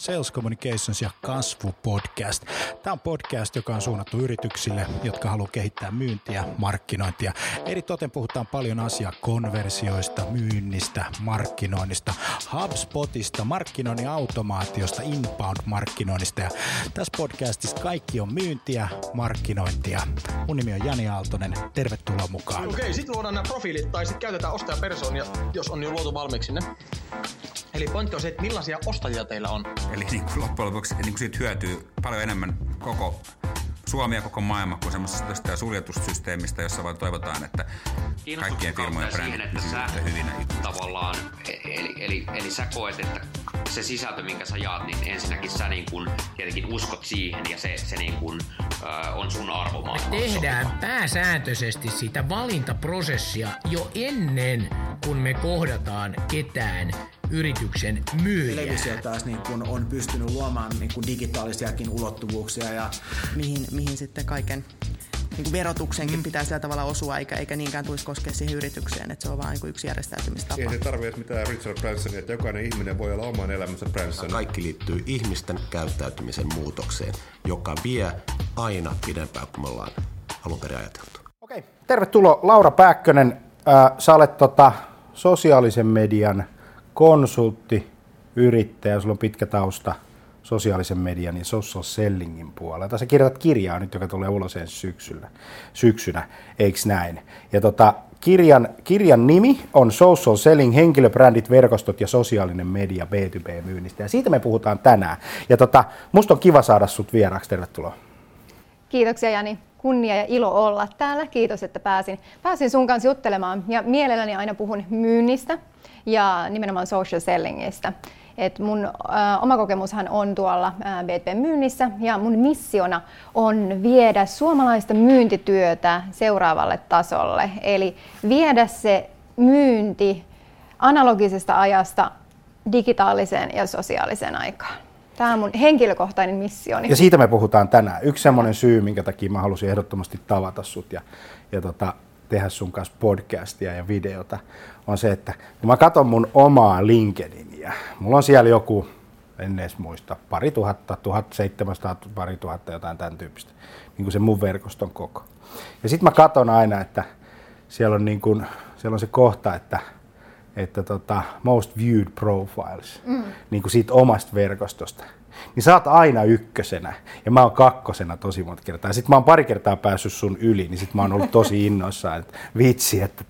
Sales Communications ja kasvupodcast. Tämä on podcast, joka on suunnattu yrityksille, jotka haluaa kehittää myyntiä, markkinointia. Eritoten puhutaan paljon konversioista, myynnistä, markkinoinnista, HubSpotista, markkinoinnin automaatiosta, inbound-markkinoinnista. Ja tässä podcastissa kaikki on myyntiä, markkinointia. Mun nimi on Jani Aaltonen. Tervetuloa mukaan. Okei, sitten luodaan nämä profiilit tai sitten käytetään ostajapersoonia, jos on jo luotu valmiiksi ne. Eli pointti on se, että millaisia ostajia teillä on. Eli niin kuin loppujen lopuksi niin kuin siitä hyötyy paljon enemmän koko Suomi ja koko maailma kuin semmoisesta suljetusta systeemistä, jossa vaan toivotaan, että kaikkien firmojen brändit pysyvät hyvinä. Tavallaan, eli sä koet, että se sisältö, minkä sä jaat, niin ensinnäkin sä niin kun tietenkin uskot siihen ja se niin kun, on sun arvomaailmassa. Me tehdään pääsääntöisesti sitä valintaprosessia jo ennen kuin me kohdataan ketään yrityksen myyjää. Televisio taas niin kun on pystynyt luomaan niin kun digitaalisiakin ulottuvuuksia ja mihin sitten kaiken niin verotuksenkin pitää sillä tavalla osua, eikä niinkään tulisi koskea siihen yritykseen, että se on vain yksi järjestäytymistapa. Ei se tarvitse mitään Richard Bransonia, että jokainen ihminen voi olla oman elämänsä Branson. Kaikki liittyy ihmisten käyttäytymisen muutokseen, joka vie aina pidempään kuin me ollaan alun perin ajateltu. Okei. Tervetuloa Laura Pääkkönen. Sä olet sosiaalisen median konsultti, yrittäjä, sulla on pitkä tausta sosiaalisen median ja social sellingin puolelta. Sä kirjoitat kirjaa nyt, joka tulee ulos ensi syksynä, eiks näin? Ja kirjan nimi on Social Selling, henkilöbrändit, verkostot ja sosiaalinen media B2B-myynnistä. Ja siitä me puhutaan tänään. Ja musta on kiva saada sut vieraaksi. Tervetuloa. Kiitoksia Jani. Kunnia ja ilo olla täällä. Kiitos, että pääsin sun kanssa juttelemaan. Ja mielelläni aina puhun myynnistä ja nimenomaan social sellingistä. Et mun oma kokemushan on tuolla B2B-myynnissä ja mun missiona on viedä suomalaista myyntityötä seuraavalle tasolle. Eli viedä se myynti analogisesta ajasta digitaaliseen ja sosiaaliseen aikaan. Tämä on mun henkilökohtainen missioni. Ja siitä me puhutaan tänään. Yksi semmoinen syy, minkä takia mä halusin ehdottomasti tavata sut ja tehdä sun kanssa podcastia ja videota, on se, että kun mä katson mun omaa LinkedInia, mulla on siellä joku, en edes muista, 1700, 2000, jotain tämän tyyppistä, niin kuin se mun verkoston koko. Ja sit mä katson aina, että siellä on se kohta, että most viewed profiles, niin kuin siitä omasta verkostosta. Niin sä oot aina ykkösenä ja mä oon kakkosena tosi monta kertaa. Ja sit mä oon pari kertaa päässyt sun yli, niin sit mä oon ollut tosi innoissaan, että vitsi, että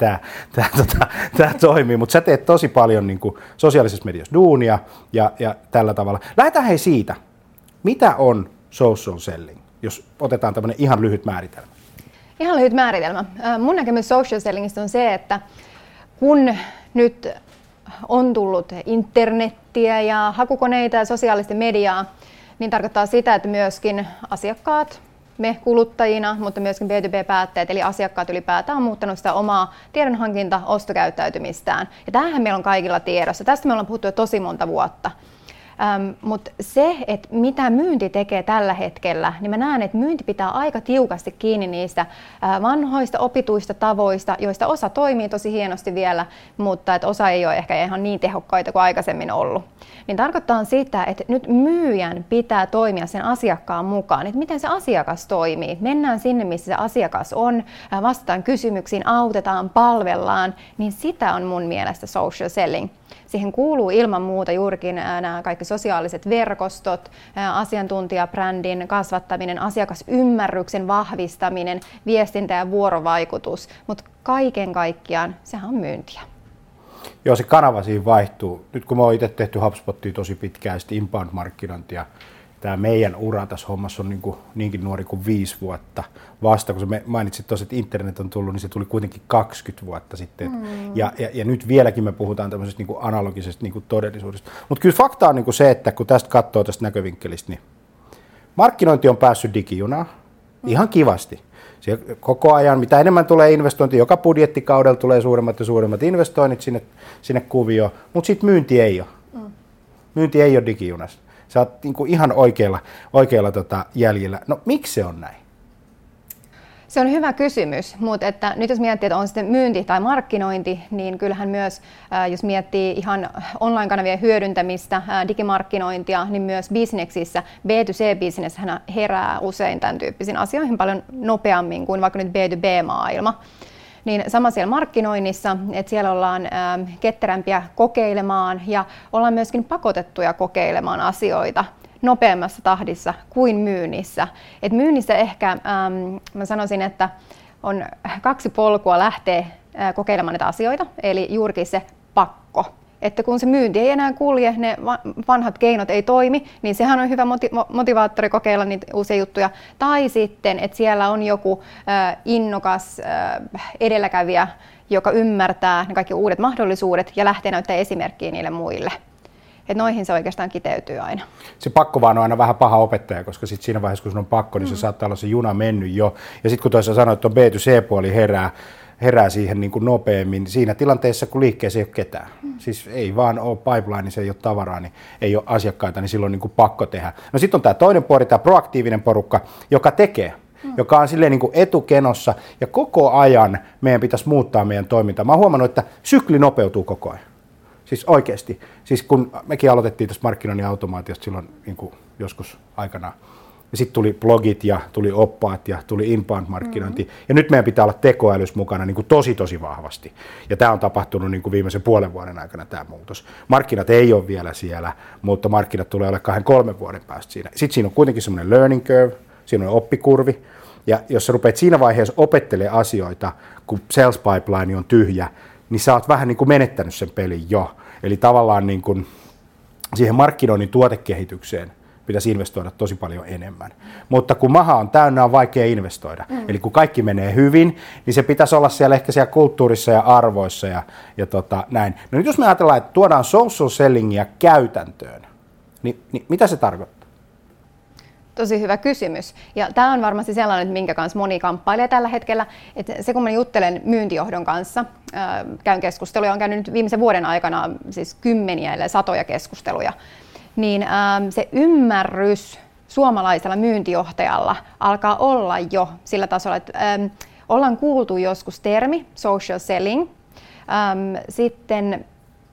tää toimii. Mutta sä teet tosi paljon niin kuin sosiaalisessa mediassa duunia ja tällä tavalla. Lähdetään hei siitä, mitä on social selling, jos otetaan tämmönen ihan lyhyt määritelmä. Ihan lyhyt määritelmä. Mun näkemys social sellingistä on se, että kun nyt on tullut internettiä ja hakukoneita ja sosiaalista mediaa, niin tarkoittaa sitä, että myöskin asiakkaat, me kuluttajina, mutta myöskin B2B-päättäjät, eli asiakkaat ylipäätään on muuttanut sitä omaa tiedonhankinta, ostokäyttäytymistään. Ja tämähän meillä on kaikilla tiedossa. Tästä me ollaan puhuttu jo tosi monta vuotta. Mutta se, että mitä myynti tekee tällä hetkellä, niin mä näen, että myynti pitää aika tiukasti kiinni niistä vanhoista opituista tavoista, joista osa toimii tosi hienosti vielä, mutta että osa ei ole ehkä ihan niin tehokkaita kuin aikaisemmin ollut. Niin tarkoittaa sitä, että nyt myyjän pitää toimia sen asiakkaan mukaan, että miten se asiakas toimii. Mennään sinne, missä se asiakas on, vastataan kysymyksiin, autetaan, palvellaan, niin sitä on mun mielestä social selling. Siihen kuuluu ilman muuta juurikin nämä kaikki sosiaaliset verkostot, asiantuntijabrändin kasvattaminen, asiakasymmärryksen vahvistaminen, viestintä ja vuorovaikutus, mutta kaiken kaikkiaan sehän on myyntiä. Joo, se kanava siinä vaihtuu. Nyt kun mä oon itse tehty HubSpotia tosi pitkään, sitten inbound-markkinointia, tämä meidän ura tässä hommassa on niinkin nuori kuin 5 vuotta vasta, kun sä mainitsit tuossa, että internet on tullut, niin se tuli kuitenkin 20 vuotta sitten. Ja nyt vieläkin me puhutaan tämmöisestä niin kuin analogisesta niin kuin todellisuudesta. Mutta kyllä fakta on niin kuin se, että kun tästä katsoo tästä näkövinkkelistä, niin markkinointi on päässyt digijunaan ihan kivasti. Siellä koko ajan, mitä enemmän tulee investointi, joka budjettikaudella tulee suuremmat ja suuremmat investoinnit sinne kuvioon, mutta sitten myynti ei ole. Myynti ei ole digijunassa. Sä oot niin kuin ihan oikealla jäljellä. No miksi se on näin? Se on hyvä kysymys, mutta että nyt jos miettii, että on sitten myynti tai markkinointi, niin kyllähän myös, jos miettii ihan online-kanavien hyödyntämistä, digimarkkinointia, niin myös bisneksissä B2C-bisnes herää usein tämän tyyppisiin asioihin paljon nopeammin kuin vaikka nyt B2B-maailma. Niin sama siellä markkinoinnissa, että siellä ollaan ketterämpiä kokeilemaan ja ollaan myöskin pakotettuja kokeilemaan asioita nopeammassa tahdissa kuin myynnissä. Et myynnissä ehkä mä sanoisin, että on 2 polkua lähteä kokeilemaan näitä asioita, eli juurikin se pakko. Että kun se myynti ei enää kulje, ne vanhat keinot ei toimi, niin sehän on hyvä motivaattori kokeilla niitä uusia juttuja. Tai sitten, että siellä on joku innokas edelläkävijä, joka ymmärtää ne kaikki uudet mahdollisuudet ja lähtee näyttämään esimerkkiä niille muille. Että noihin se oikeastaan kiteytyy aina. Se pakko vaan on aina vähän paha opettaja, koska sit siinä vaiheessa, kun sun on pakko, niin se saattaa olla se juna mennyt jo. Ja sitten kun toisaalta sanoit, että on B2C-puoli herää siihen niin kuin nopeammin, siinä tilanteessa, kun liikkeessä ei ole ketään. Siis ei vaan ole pipeline, se ei ole tavaraa, niin ei ole asiakkaita, niin silloin on niin kuin pakko tehdä. No sitten on tämä toinen puoli, tämä proaktiivinen porukka, joka tekee. Joka on silleen niin kuin etukenossa, ja koko ajan meidän pitäisi muuttaa meidän toimintaa. Mä oon huomannut, että sykli nopeutuu koko ajan. Siis oikeasti. Siis kun mekin aloitettiin tässä markkinoinnin automaatiosta silloin niin kuin joskus aikanaan. Ja sitten tuli blogit ja tuli oppaat ja tuli inbound-markkinointi. Ja nyt meidän pitää olla tekoälys mukana niin kuin tosi vahvasti. Ja tämä on tapahtunut niin kuin viimeisen puolen vuoden aikana tämä muutos. Markkinat ei ole vielä siellä, mutta markkinat tulee olla 2-3 vuoden päästä siinä. Sitten siinä on kuitenkin semmoinen learning curve, siinä on oppikurvi. Ja jos sä rupeat siinä vaiheessa opettelemaan asioita, kun sales pipeline on tyhjä, niin sä oot vähän niin kuin menettänyt sen pelin jo. Eli tavallaan niin kuin siihen markkinoinnin tuotekehitykseen pitäisi investoida tosi paljon enemmän. Mutta kun maha on täynnä, on vaikea investoida. Eli kun kaikki menee hyvin, niin se pitäisi olla siellä ehkä siellä kulttuurissa ja arvoissa ja näin. No nyt jos me ajatellaan, että tuodaan social sellingia käytäntöön, niin mitä se tarkoittaa? Tosi hyvä kysymys. Ja tämä on varmasti sellainen, minkä kanssa moni kamppailee tällä hetkellä. Että se kun mä juttelen myyntijohdon kanssa, käyn keskusteluja, on käynyt nyt viimeisen vuoden aikana siis kymmeniä ja satoja keskusteluja, niin se ymmärrys suomalaisella myyntijohtajalla alkaa olla jo sillä tasolla, että ollaan kuultu joskus termi social selling, sitten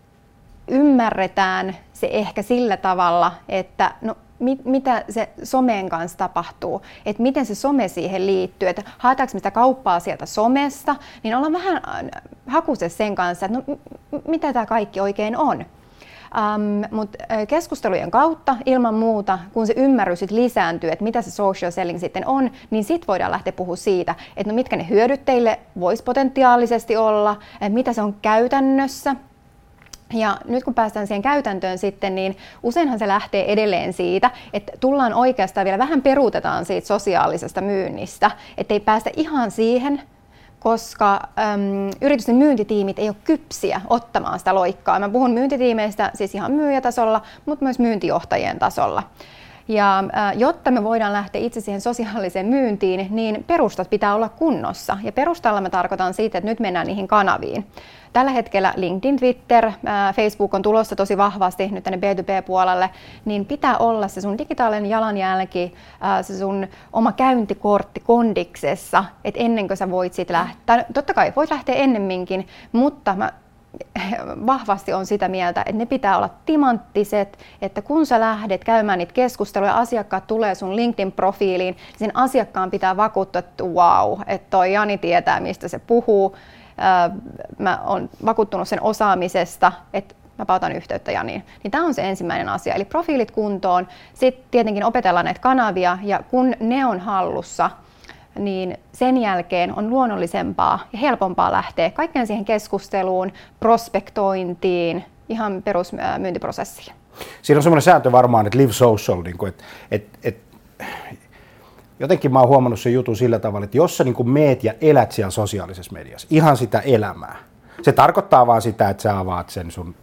ymmärretään se ehkä sillä tavalla, että no, mitä se someen kanssa tapahtuu, että miten se some siihen liittyy, että haetaanko me sitä kauppaa sieltä somesta, niin ollaan vähän hakusessa sen kanssa, että no, mitä tämä kaikki oikein on. Mutta keskustelujen kautta ilman muuta, kun se ymmärrys sit lisääntyy, että mitä se social selling sitten on, niin sitten voidaan lähteä puhua siitä, että no mitkä ne hyödyt teille voisi potentiaalisesti olla, mitä se on käytännössä. Ja nyt kun päästään siihen käytäntöön sitten, niin useinhan se lähtee edelleen siitä, että tullaan oikeastaan vielä vähän peruutetaan siitä sosiaalisesta myynnistä, ettei päästä ihan siihen, koska yritysten myyntitiimit ei ole kypsiä ottamaan sitä loikkaa. Mä puhun myyntitiimeistä siis ihan myyjätasolla, mutta myös myyntijohtajien tasolla. Ja jotta me voidaan lähteä itse siihen sosiaaliseen myyntiin, niin perustat pitää olla kunnossa. Ja perustalla mä tarkoitan siitä, että nyt mennään niihin kanaviin. Tällä hetkellä LinkedIn, Twitter, Facebook on tulossa tosi vahvasti nyt tänne B2B-puolelle, niin pitää olla se sun digitaalinen jalanjälki, se sun oma käyntikortti kondiksessa, että ennen kuin sä voit siitä lähteä. Totta kai voit lähteä ennemminkin, mutta mä vahvasti on sitä mieltä, että ne pitää olla timanttiset, että kun sä lähdet käymään niitä keskusteluja, asiakkaat tulee sun LinkedIn-profiiliin, niin sen asiakkaan pitää vakuuttaa, että wow, että toi Jani tietää, mistä se puhuu. Mä oon vakuuttunut sen osaamisesta, että mä pautan yhteyttä Janiin. Niin tämä on se ensimmäinen asia, eli profiilit kuntoon. Sitten tietenkin opetellaan näitä kanavia, ja kun ne on hallussa, niin sen jälkeen on luonnollisempaa ja helpompaa lähteä kaikkeen siihen keskusteluun, prospektointiin, ihan perusmyyntiprosessiin. Siinä on semmoinen sääntö varmaan, että live social, että jotenkin mä oon huomannut sen jutun sillä tavalla, että jos sä niin kuin meet ja elät siellä sosiaalisessa mediassa, ihan sitä elämää, se tarkoittaa vaan sitä, että sä avaat sen sun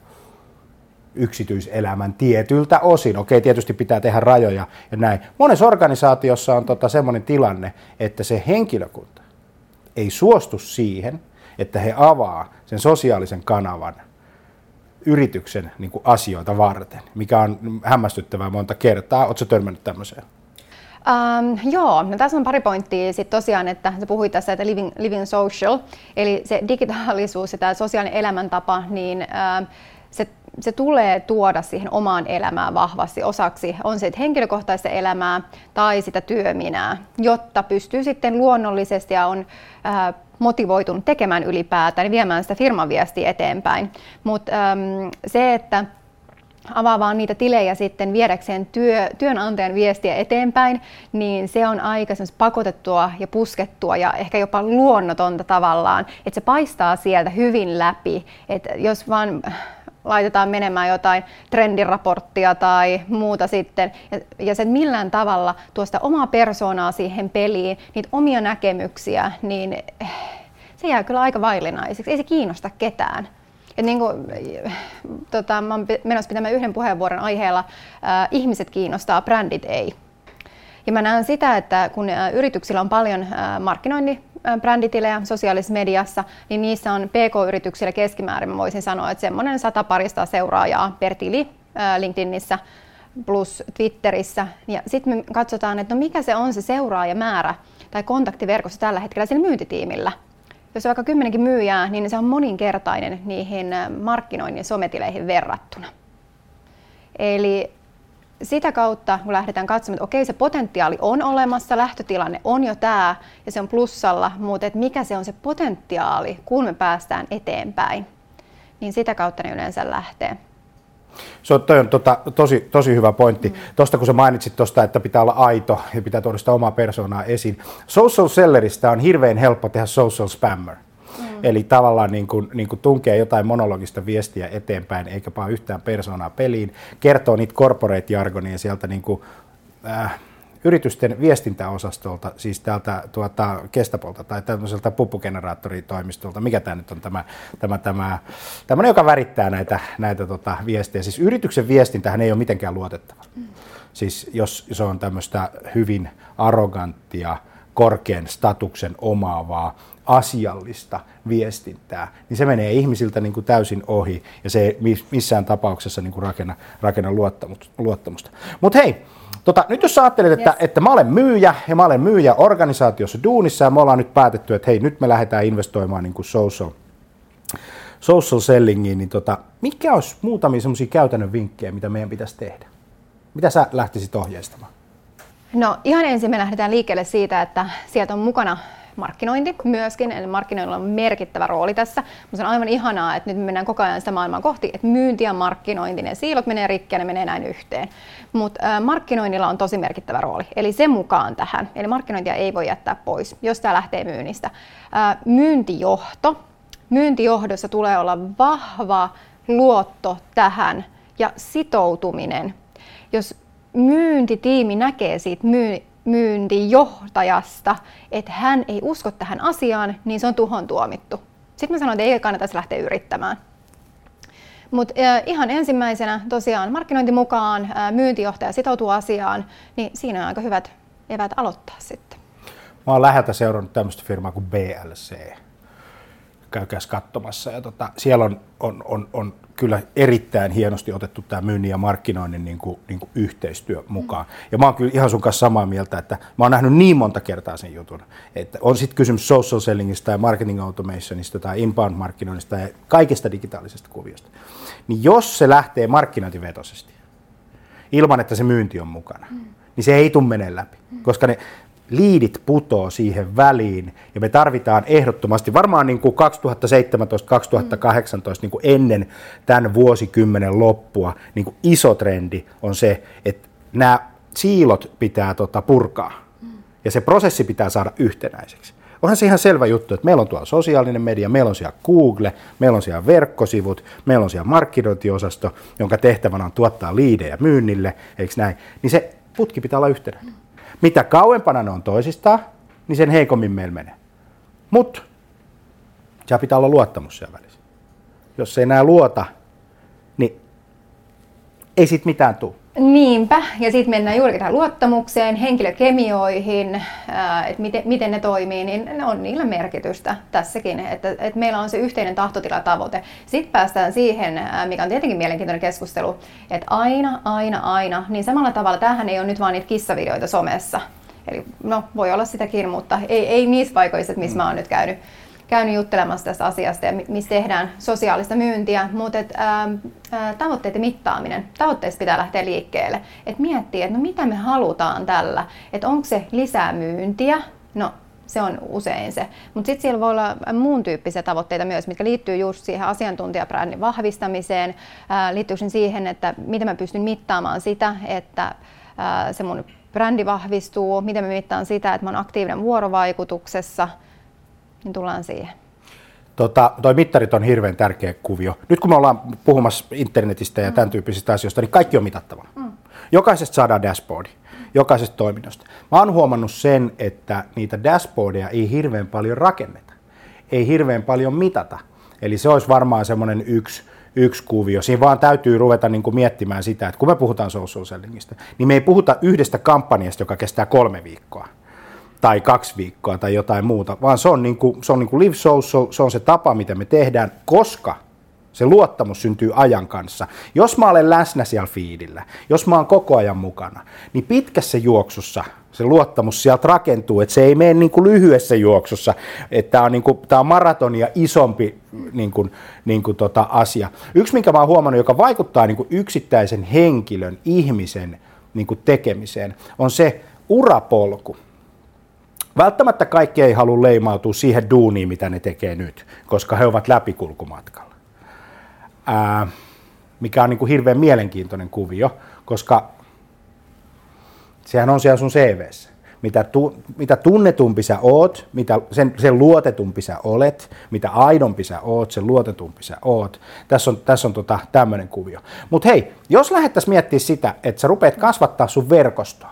yksityiselämän tietyltä osin. Okei, tietysti pitää tehdä rajoja ja näin. Monessa organisaatiossa on semmoinen tilanne, että se henkilökunta ei suostu siihen, että he avaa sen sosiaalisen kanavan yrityksen niin kuin asioita varten, mikä on hämmästyttävää monta kertaa. Ootko sä törmännyt tämmöiseen? Joo, no tässä on pari pointtia sit tosiaan, että sä puhuit tässä, että living social, eli se digitaalisuus ja tämä sosiaalinen elämäntapa, niin se tulee tuoda siihen omaan elämään vahvasti osaksi, on se henkilökohtaista elämää tai sitä työminää, jotta pystyy sitten luonnollisesti ja on motivoitunut tekemään ylipäätään ja viemään sitä firman viestiä eteenpäin. Mutta se, että avaa vaan niitä tilejä sitten viedäkseen työnantajan viestiä eteenpäin, niin se on aika pakotettua ja puskettua ja ehkä jopa luonnotonta tavallaan, että se paistaa sieltä hyvin läpi, että jos vaan laitetaan menemään jotain trendiraporttia tai muuta sitten, ja se millään tavalla tuosta omaa persoonaa siihen peliin, niitä omia näkemyksiä, niin se jää kyllä aika vaillinaiseksi, ei se kiinnosta ketään. Et niin kuin, mä oon menossa pitämään yhden puheenvuoron aiheella ihmiset kiinnostaa, brändit ei. Ja mä näen sitä, että kun yrityksillä on paljon markkinoinnin bränditilejä sosiaalisessa mediassa, niin niissä on PK-yrityksillä keskimäärin, mä voisin sanoa, että semmoinen 100-200 seuraajaa per tili LinkedInissä plus Twitterissä. Ja sitten me katsotaan, että no mikä se on se seuraajamäärä tai kontaktiverkossa tällä hetkellä sillä myyntitiimillä. Jos on vaikka 10 myyjää, niin se on moninkertainen niihin markkinoinnin sometileihin verrattuna. Eli sitä kautta, kun lähdetään katsomaan, että okei, se potentiaali on olemassa, lähtötilanne on jo tämä ja se on plussalla, mutta että mikä se on se potentiaali, kun me päästään eteenpäin, niin sitä kautta ne yleensä lähtee. Toi on tosi hyvä pointti. Tuosta kun sä mainitsit tuosta, että pitää olla aito ja pitää tuoda sitä omaa persoonaa esiin. Social selleristä on hirveän helppo tehdä social spammer. Eli tavallaan niin kuin tunkee jotain monologista viestiä eteenpäin, eikä vaan yhtään persoonaa peliin. Kertoo niitä corporate-jargonia sieltä niin kuin, yritysten viestintäosastolta, siis täältä Kestapolta tai tämmöiseltä puppugeneraattoritoimistolta. Mikä tämä nyt on tämmöinen, joka värittää näitä viestejä. Siis yrityksen viestintähän ei ole mitenkään luotettava. Siis jos se on tämmöistä hyvin arroganttia, korkean statuksen omaavaa, asiallista viestintää, niin se menee ihmisiltä niin kuin täysin ohi ja se ei missään tapauksessa niin kuin rakenna luottamusta. Mutta hei, nyt jos sä ajattelet, että mä olen myyjä organisaatiossa duunissa ja me ollaan nyt päätetty, että hei, nyt me lähdetään investoimaan niin kuin social sellingiin, niin mitkä olisi muutamia semmoisia käytännön vinkkejä, mitä meidän pitäisi tehdä? Mitä sä lähtisit ohjeistamaan? No ihan ensin me lähdetään liikkeelle siitä, että sieltä on mukana markkinointi myöskin, eli markkinoinnilla on merkittävä rooli tässä. Mutta se on aivan ihanaa, että nyt me mennään koko ajan sitä maailmaa kohti, että myynti ja markkinointi, ne siilot menee rikki ja ne menee näin yhteen. Mutta markkinoinnilla on tosi merkittävä rooli, eli se mukaan tähän. Eli markkinointia ei voi jättää pois, jos tämä lähtee myynnistä. Myyntijohdossa tulee olla vahva luotto tähän ja sitoutuminen. Jos myyntitiimi näkee siitä myyntijohtajasta, että hän ei usko tähän asiaan, niin se on tuhon tuomittu. Sitten mä sanoin, että ei kannata lähteä yrittämään. Mutta ihan ensimmäisenä tosiaan markkinointi mukaan, myyntijohtaja sitoutuu asiaan, niin siinä on aika hyvät eväät aloittaa sitten. Mä oon läheltä seurannut tämmöistä firmaa kuin BLC. Käykääs katsomassa. Ja siellä on kyllä erittäin hienosti otettu tämä myynnin ja markkinoinnin niin kuin yhteistyö mukaan. Ja mä oon kyllä ihan sun kanssa samaa mieltä, että mä oon nähnyt niin monta kertaa sen jutun, että on sitten kysymys social sellingistä ja marketing automationista tai inbound markkinoinnista ja kaikesta digitaalisesta kuviosta. Niin jos se lähtee markkinointivetoisesti, ilman että se myynti on mukana, niin se ei tule menee läpi, koska ne liidit putoo siihen väliin ja me tarvitaan ehdottomasti, varmaan niin kuin 2017-2018 niin kuin ennen tämän vuosikymmenen loppua, niin kuin iso trendi on se, että nämä siilot pitää purkaa ja se prosessi pitää saada yhtenäiseksi. Onhan se ihan selvä juttu, että meillä on tuolla sosiaalinen media, meillä on siellä Google, meillä on siellä verkkosivut, meillä on siellä markkinointiosasto, jonka tehtävänä on tuottaa liidejä myynnille, eikö näin? Niin se putki pitää olla yhtenäinen. Mitä kauempana ne on toisistaan, niin sen heikommin meillä menee. Mutta siellä pitää olla luottamus siellä välissä. Jos ei nää luota, niin ei siitä mitään tule. Niinpä, ja sitten mennään juurikin tähän luottamukseen, henkilökemioihin, että miten ne toimii, niin on niillä merkitystä tässäkin, että meillä on se yhteinen tahtotila ja tavoite. Sitten päästään siihen, mikä on tietenkin mielenkiintoinen keskustelu, että aina, niin samalla tavalla, tämähän ei ole nyt vaan niitä kissavideoita somessa, eli no voi olla sitäkin, mutta ei niissä paikoissa, missä mä oon nyt käynyt juttelemassa tästä asiasta ja missä tehdään sosiaalista myyntiä, mutta tavoitteiden mittaaminen, tavoitteista pitää lähteä liikkeelle. Et miettiä, että no mitä me halutaan tällä, että onko se lisää myyntiä, no se on usein se, mutta sitten siellä voi olla muun tyyppisiä tavoitteita myös, mitkä liittyy just siihen asiantuntijabrändin vahvistamiseen, liittyy siihen, että miten mä pystyn mittaamaan sitä, että se mun brändi vahvistuu, miten mä mittaan sitä, että mä oon aktiivinen vuorovaikutuksessa, niin tullaan siihen. Toi mittarit on hirveän tärkeä kuvio. Nyt kun me ollaan puhumassa internetistä ja tämän tyyppisistä asioista, niin kaikki on mitattavana. Jokaisesta saadaan dashboardi, jokaisesta toiminnosta. Mä oon huomannut sen, että niitä dashboardeja ei hirveän paljon rakenneta, ei hirveän paljon mitata. Eli se olisi varmaan semmoinen yksi kuvio. Siinä vaan täytyy ruveta niin kuin miettimään sitä, että kun me puhutaan social sellingistä, niin me ei puhuta yhdestä kampanjasta, joka kestää 3 viikkoa. Tai 2 viikkoa tai jotain muuta, vaan se on niin kuin live social, se on se tapa, miten me tehdään, koska se luottamus syntyy ajan kanssa. Jos mä olen läsnä siellä feedillä, jos mä oon koko ajan mukana, niin pitkässä juoksussa se luottamus sieltä rakentuu, että se ei mene niin kuin lyhyessä juoksussa, että tämä on maratonia isompi asia. Yksi, minkä mä oon huomannut, joka vaikuttaa niin kuin yksittäisen henkilön, ihmisen niin kuin tekemiseen, on se urapolku. Välttämättä kaikki ei halua leimautua siihen duuniin, mitä ne tekee nyt, koska he ovat läpikulkumatkalla. Mikä on niin kuin hirveän mielenkiintoinen kuvio, koska sehän on siellä sun CV:ssä. Mitä tunnetumpi sä oot, sen luotetumpi sä olet, mitä aidompi sä oot, sen luotetumpi sä oot. Tässä on tämmöinen kuvio. Mutta hei, jos lähdettäisiin miettimään sitä, että sä rupeat kasvattaa sun verkostoa,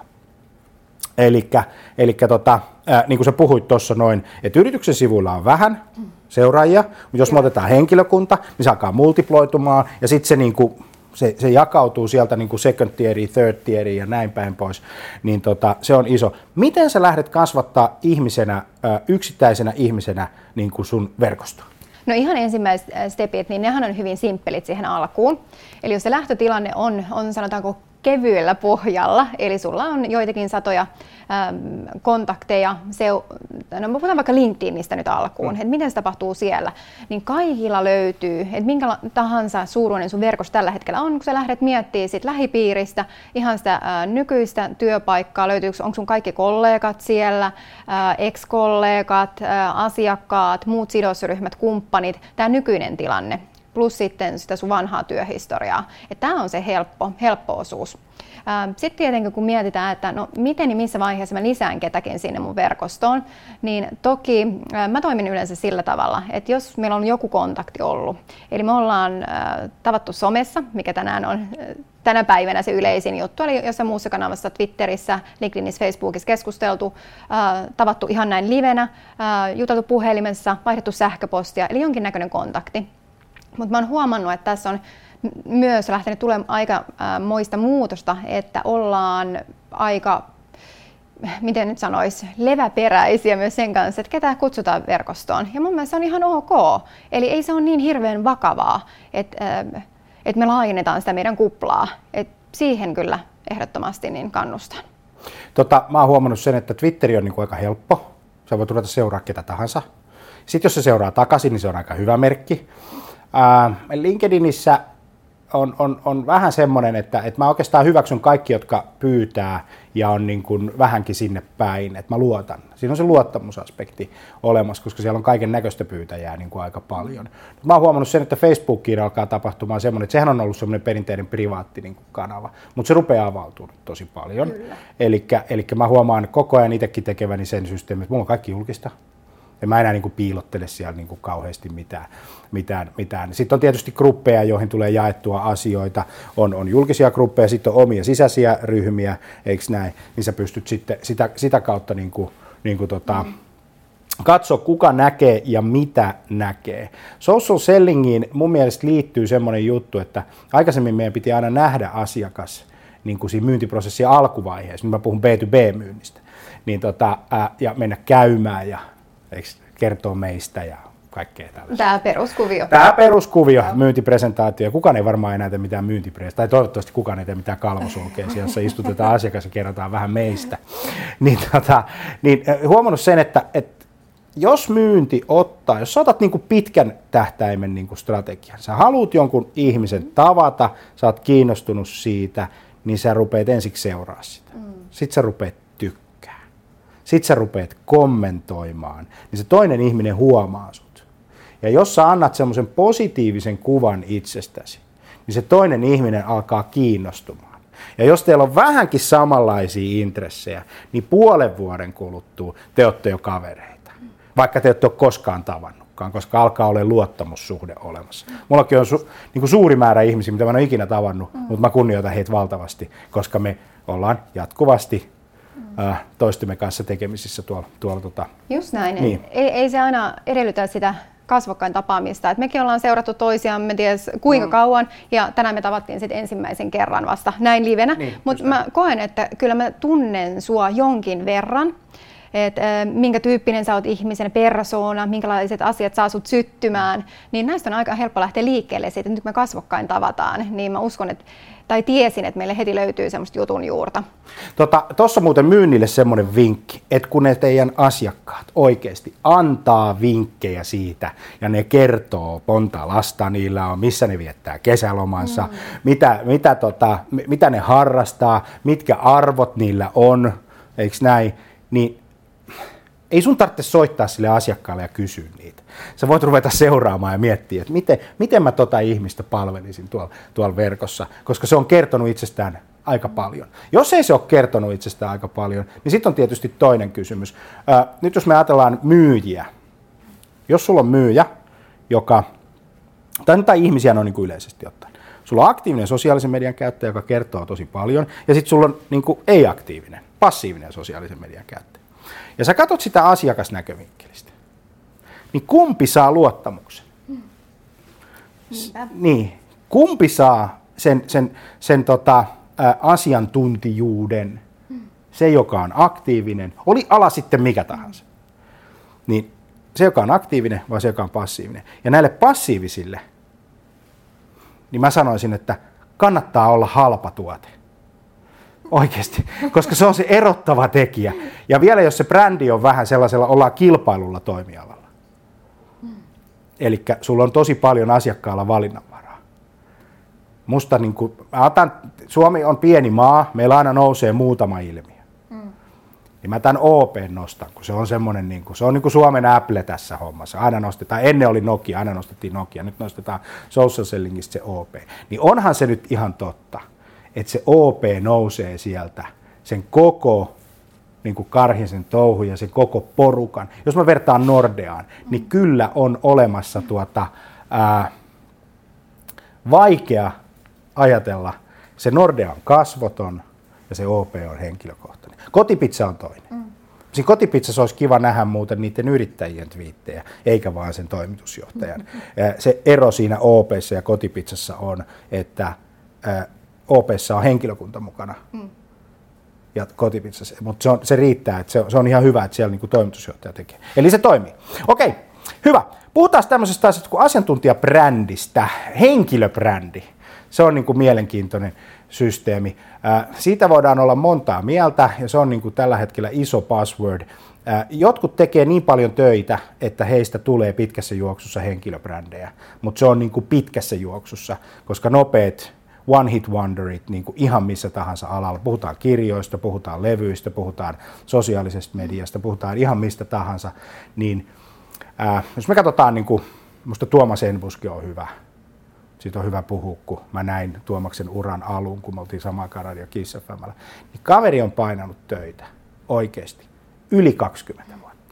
Elikkä niin kuin sä puhuit tuossa noin, että yrityksen sivuilla on vähän seuraajia, mutta jos me otetaan henkilökunta, niin se alkaa multiploitumaan ja sitten se jakautuu sieltä niin kuin second tieriin, third tieriin ja näin päin pois, niin se on iso. Miten sä lähdet kasvattaa ihmisenä, yksittäisenä ihmisenä niin kuin sun verkostoa? No ihan ensimmäiset stepit, niin nehän on hyvin simppelit siihen alkuun. Eli jos se lähtötilanne on sanotaanko kevyellä pohjalla, eli sulla on joitakin satoja kontakteja, no puhutaan vaikka LinkedInistä nyt alkuun, että miten se tapahtuu siellä, niin kaikilla löytyy, että minkä tahansa suuruinen sun verkosto tällä hetkellä on, kun sä lähdet miettimään sit lähipiiristä, ihan sitä nykyistä työpaikkaa, löytyykö, onko sun kaikki kollegat siellä, ex-kollegat, asiakkaat, muut sidosryhmät, kumppanit, tämä nykyinen tilanne. Plus sitten sitä sun vanhaa työhistoriaa. Tämä on se helppo osuus. Sitten tietenkin kun mietitään, että no miten ja missä vaiheessa mä lisään ketäkin sinne mun verkostoon, niin toki mä toimin yleensä sillä tavalla, että jos meillä on joku kontakti ollut, eli me ollaan tavattu somessa, mikä tänä päivänä se yleisin juttu, eli jossain muussa kanavassa, Twitterissä, LinkedInissä, Facebookissa keskusteltu, tavattu ihan näin livenä, juteltu puhelimessa, vaihdettu sähköpostia, eli jonkinnäköinen kontakti. Mutta mä oon huomannut, että tässä on myös lähtenyt tulemaan aika moista muutosta, että ollaan aika, miten nyt sanoisi, leväperäisiä myös sen kanssa, että ketä kutsutaan verkostoon. Ja mun mielestä se on ihan ok. Eli ei se ole niin hirveän vakavaa, että me laajennetaan sitä meidän kuplaa. Et siihen kyllä ehdottomasti niin kannustan. Mä oon huomannut sen, että Twitteri on niin kuin aika helppo. Sä voit ruveta seuraa ketä tahansa. Sitten jos se seuraa takaisin, niin se on aika hyvä merkki. LinkedInissä on vähän semmoinen, että mä oikeastaan hyväksyn kaikki, jotka pyytää ja on niin kuin vähänkin sinne päin, että mä luotan. Siinä on se luottamusaspekti olemassa, koska siellä on kaiken näköistä pyytäjää niin kuin aika paljon. Mä oon huomannut sen, että Facebookiin alkaa tapahtumaan semmoinen, että sehän on ollut semmoinen perinteinen privaatti niin kuin kanava, mutta se rupeaa avautumaan tosi paljon. Elikkä mä huomaan koko ajan itsekin tekeväni sen systeemin, että mulla on kaikki julkista. Ja mä enää niin kuin piilottele siellä niin kuin kauheasti mitään. Sitten on tietysti gruppeja, joihin tulee jaettua asioita. On julkisia gruppeja, sitten on omia sisäisiä ryhmiä, eikö näin? Niin sä pystyt sitten sitä kautta katsoa, kuka näkee ja mitä näkee. Social sellingiin mun mielestä liittyy semmoinen juttu, että aikaisemmin meidän piti aina nähdä asiakas niin kuin siinä myyntiprosessin alkuvaiheessa, nyt mä puhun B2B-myynnistä, niin ja mennä käymään ja kertoa meistä ja kaikkea tällaista. Tämä peruskuvio. Myyntipresentaatio. Kukaan ei varmaan enää tee mitään myyntipresentaatio, tai toivottavasti kukaan ei tee mitään kalvosulkeja, jossa istutetaan asiakas ja kerrotaan vähän meistä. Niin huomannut sen, että jos myynti ottaa, jos otat niin kuin pitkän tähtäimen niin kuin strategian, sä haluat jonkun ihmisen tavata, sä oot kiinnostunut siitä, niin sä rupeat ensiksi seuraa sitä. Sitten sä rupeat tykkää. Sitten sä rupeat kommentoimaan, niin se toinen ihminen huomaa sut. Ja jos sä annat semmoisen positiivisen kuvan itsestäsi, niin se toinen ihminen alkaa kiinnostumaan. Ja jos teillä on vähänkin samanlaisia intressejä, niin puolen vuoden kuluttua te olette jo kavereita. Vaikka te ette ole koskaan tavannutkaan, koska alkaa olla luottamussuhde olemassa. Mullakin on niin suuri määrä ihmisiä, mitä mä en ole ikinä tavannut, mutta mä kunnioitan heitä valtavasti, koska me ollaan jatkuvasti toistemme kanssa tekemisissä tuolla. Just näin. Niin. Ei se aina edellytä sitä kasvokkain tapaamista. Et mekin ollaan seurattu toisiamme ties kuinka kauan, ja tänään me tavattiin sitten ensimmäisen kerran vasta näin livenä. Niin, mutta mä koen, että kyllä mä tunnen sua jonkin verran. Että minkä tyyppinen sä oot ihmisen persoona, minkälaiset asiat saa sut syttymään, niin näistä on aika helppo lähteä liikkeelle siitä, että nyt kun me kasvokkain tavataan, niin mä uskon, tai tiesin, että meille heti löytyy semmoista jutun juurta. Tuossa muuten myynnille semmoinen vinkki, että kun ne teidän asiakkaat oikeasti antaa vinkkejä siitä ja ne kertoo, monta lasta niillä on, missä ne viettää kesälomansa, mitä ne harrastaa, mitkä arvot niillä on, eikö näin, niin ei sun tarvitse soittaa sille asiakkaalle ja kysyä niitä. Sä voit ruveta seuraamaan ja miettiä, että miten mä ihmistä palvelisin tuolla verkossa, koska se on kertonut itsestään aika paljon. Jos ei se ole kertonut itsestään aika paljon, niin sitten on tietysti toinen kysymys. Nyt jos me ajatellaan myyjiä, jos sulla on myyjä, tai ihmisiä on niin kuin yleisesti ottaen. Sulla on aktiivinen sosiaalisen median käyttäjä, joka kertoo tosi paljon, ja sitten sulla on niin kuin ei-aktiivinen, passiivinen sosiaalisen median käyttäjä. Ja sä katsot sitä asiakasnäkövinkkelistä, niin kumpi saa luottamuksen? Niin, kumpi saa sen asiantuntijuuden, se joka on aktiivinen, oli ala sitten mikä tahansa, niin se joka on aktiivinen vai se joka on passiivinen. Ja näille passiivisille, niin mä sanoisin, että kannattaa olla halpa tuote. Oikeasti, koska se on se erottava tekijä. Ja vielä jos se brändi on vähän sellaisella, ollaan kilpailulla toimialalla. Eli sulla on tosi paljon asiakkaalla valinnanvaraa. Musta niin kuin, Suomi on pieni maa, meillä aina nousee muutama ilmiö. Ja mä tämän OP:n nostan, kun se on semmoinen, se on niin kuin Suomen Apple tässä hommassa. Aina nostetaan, ennen oli Nokia, aina nostettiin Nokia, nyt nostetaan social sellingistä se OP. Niin onhan se nyt ihan totta, että se OP nousee sieltä sen koko niin kuin Karhisen touhun ja sen koko porukan. Jos mä vertaan Nordeaan, niin kyllä on olemassa vaikea ajatella. Se Nordea on kasvoton ja se OP on henkilökohtainen. Kotipizza on toinen. Siinä Kotipizzassa olisi kiva nähdä muuten niiden yrittäjien twiittejä, eikä vaan sen toimitusjohtajan. Se ero siinä OP:ssa ja Kotipizzassa on, että OP:ssa on henkilökunta mukana ja Kotipizzassa, mutta se riittää, että se on ihan hyvä, että siellä niinku toimitusjohtaja tekee. Eli se toimii. Okei, hyvä. Puhutaan tämmöisestä asiasta kuin asiantuntijabrändistä, henkilöbrändi. Se on niinku mielenkiintoinen systeemi. Siitä voidaan olla montaa mieltä ja se on niinku tällä hetkellä iso buzzword. Jotkut tekee niin paljon töitä, että heistä tulee pitkässä juoksussa henkilöbrändejä, mutta se on niinku pitkässä juoksussa, koska nopeat one hit wonderit niin kuin ihan missä tahansa alalla. Puhutaan kirjoista, puhutaan levyistä, puhutaan sosiaalisesta mediasta, puhutaan ihan mistä tahansa. Niin, jos me katsotaan, niin kuin, musta Tuomas Enbuski on hyvä. Siitä on hyvä puhua, kun mä näin Tuomaksen uran alun, kun me oltiin samaa Karadia Kiss FM:llä. Niin kaveri on painanut töitä oikeasti yli 20 vuotta.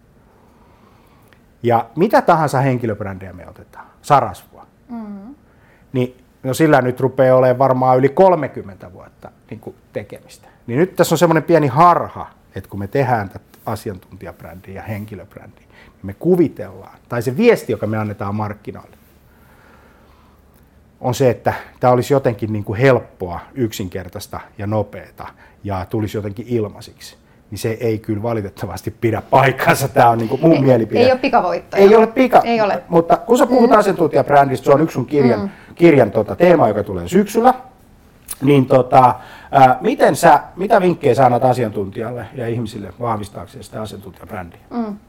Ja mitä tahansa henkilöbrändejä me otetaan, Sarasvua, niin no sillä nyt rupeaa olemaan varmaan yli 30 vuotta niin kuin tekemistä. Niin nyt tässä on semmoinen pieni harha, että kun me tehdään tätä asiantuntijabrändiä ja henkilöbrändiä, niin me kuvitellaan, tai se viesti, joka me annetaan markkinoille, on se, että tämä olisi jotenkin niin kuin helppoa, yksinkertaista ja nopeata ja tulisi jotenkin ilmaisiksi. Niin se ei kyllä valitettavasti pidä paikkansa. Tämä on niin kuin mun mielipide. Ei ole pikavoittoja. Ei ole. Mutta kun sä puhut asiantuntijabrändistä, se on yksi sun kirjan teema, joka tulee syksyllä. Niin mitä vinkkejä sä annat asiantuntijalle ja ihmisille vahvistaakseen sitä asiantuntijabrändiä?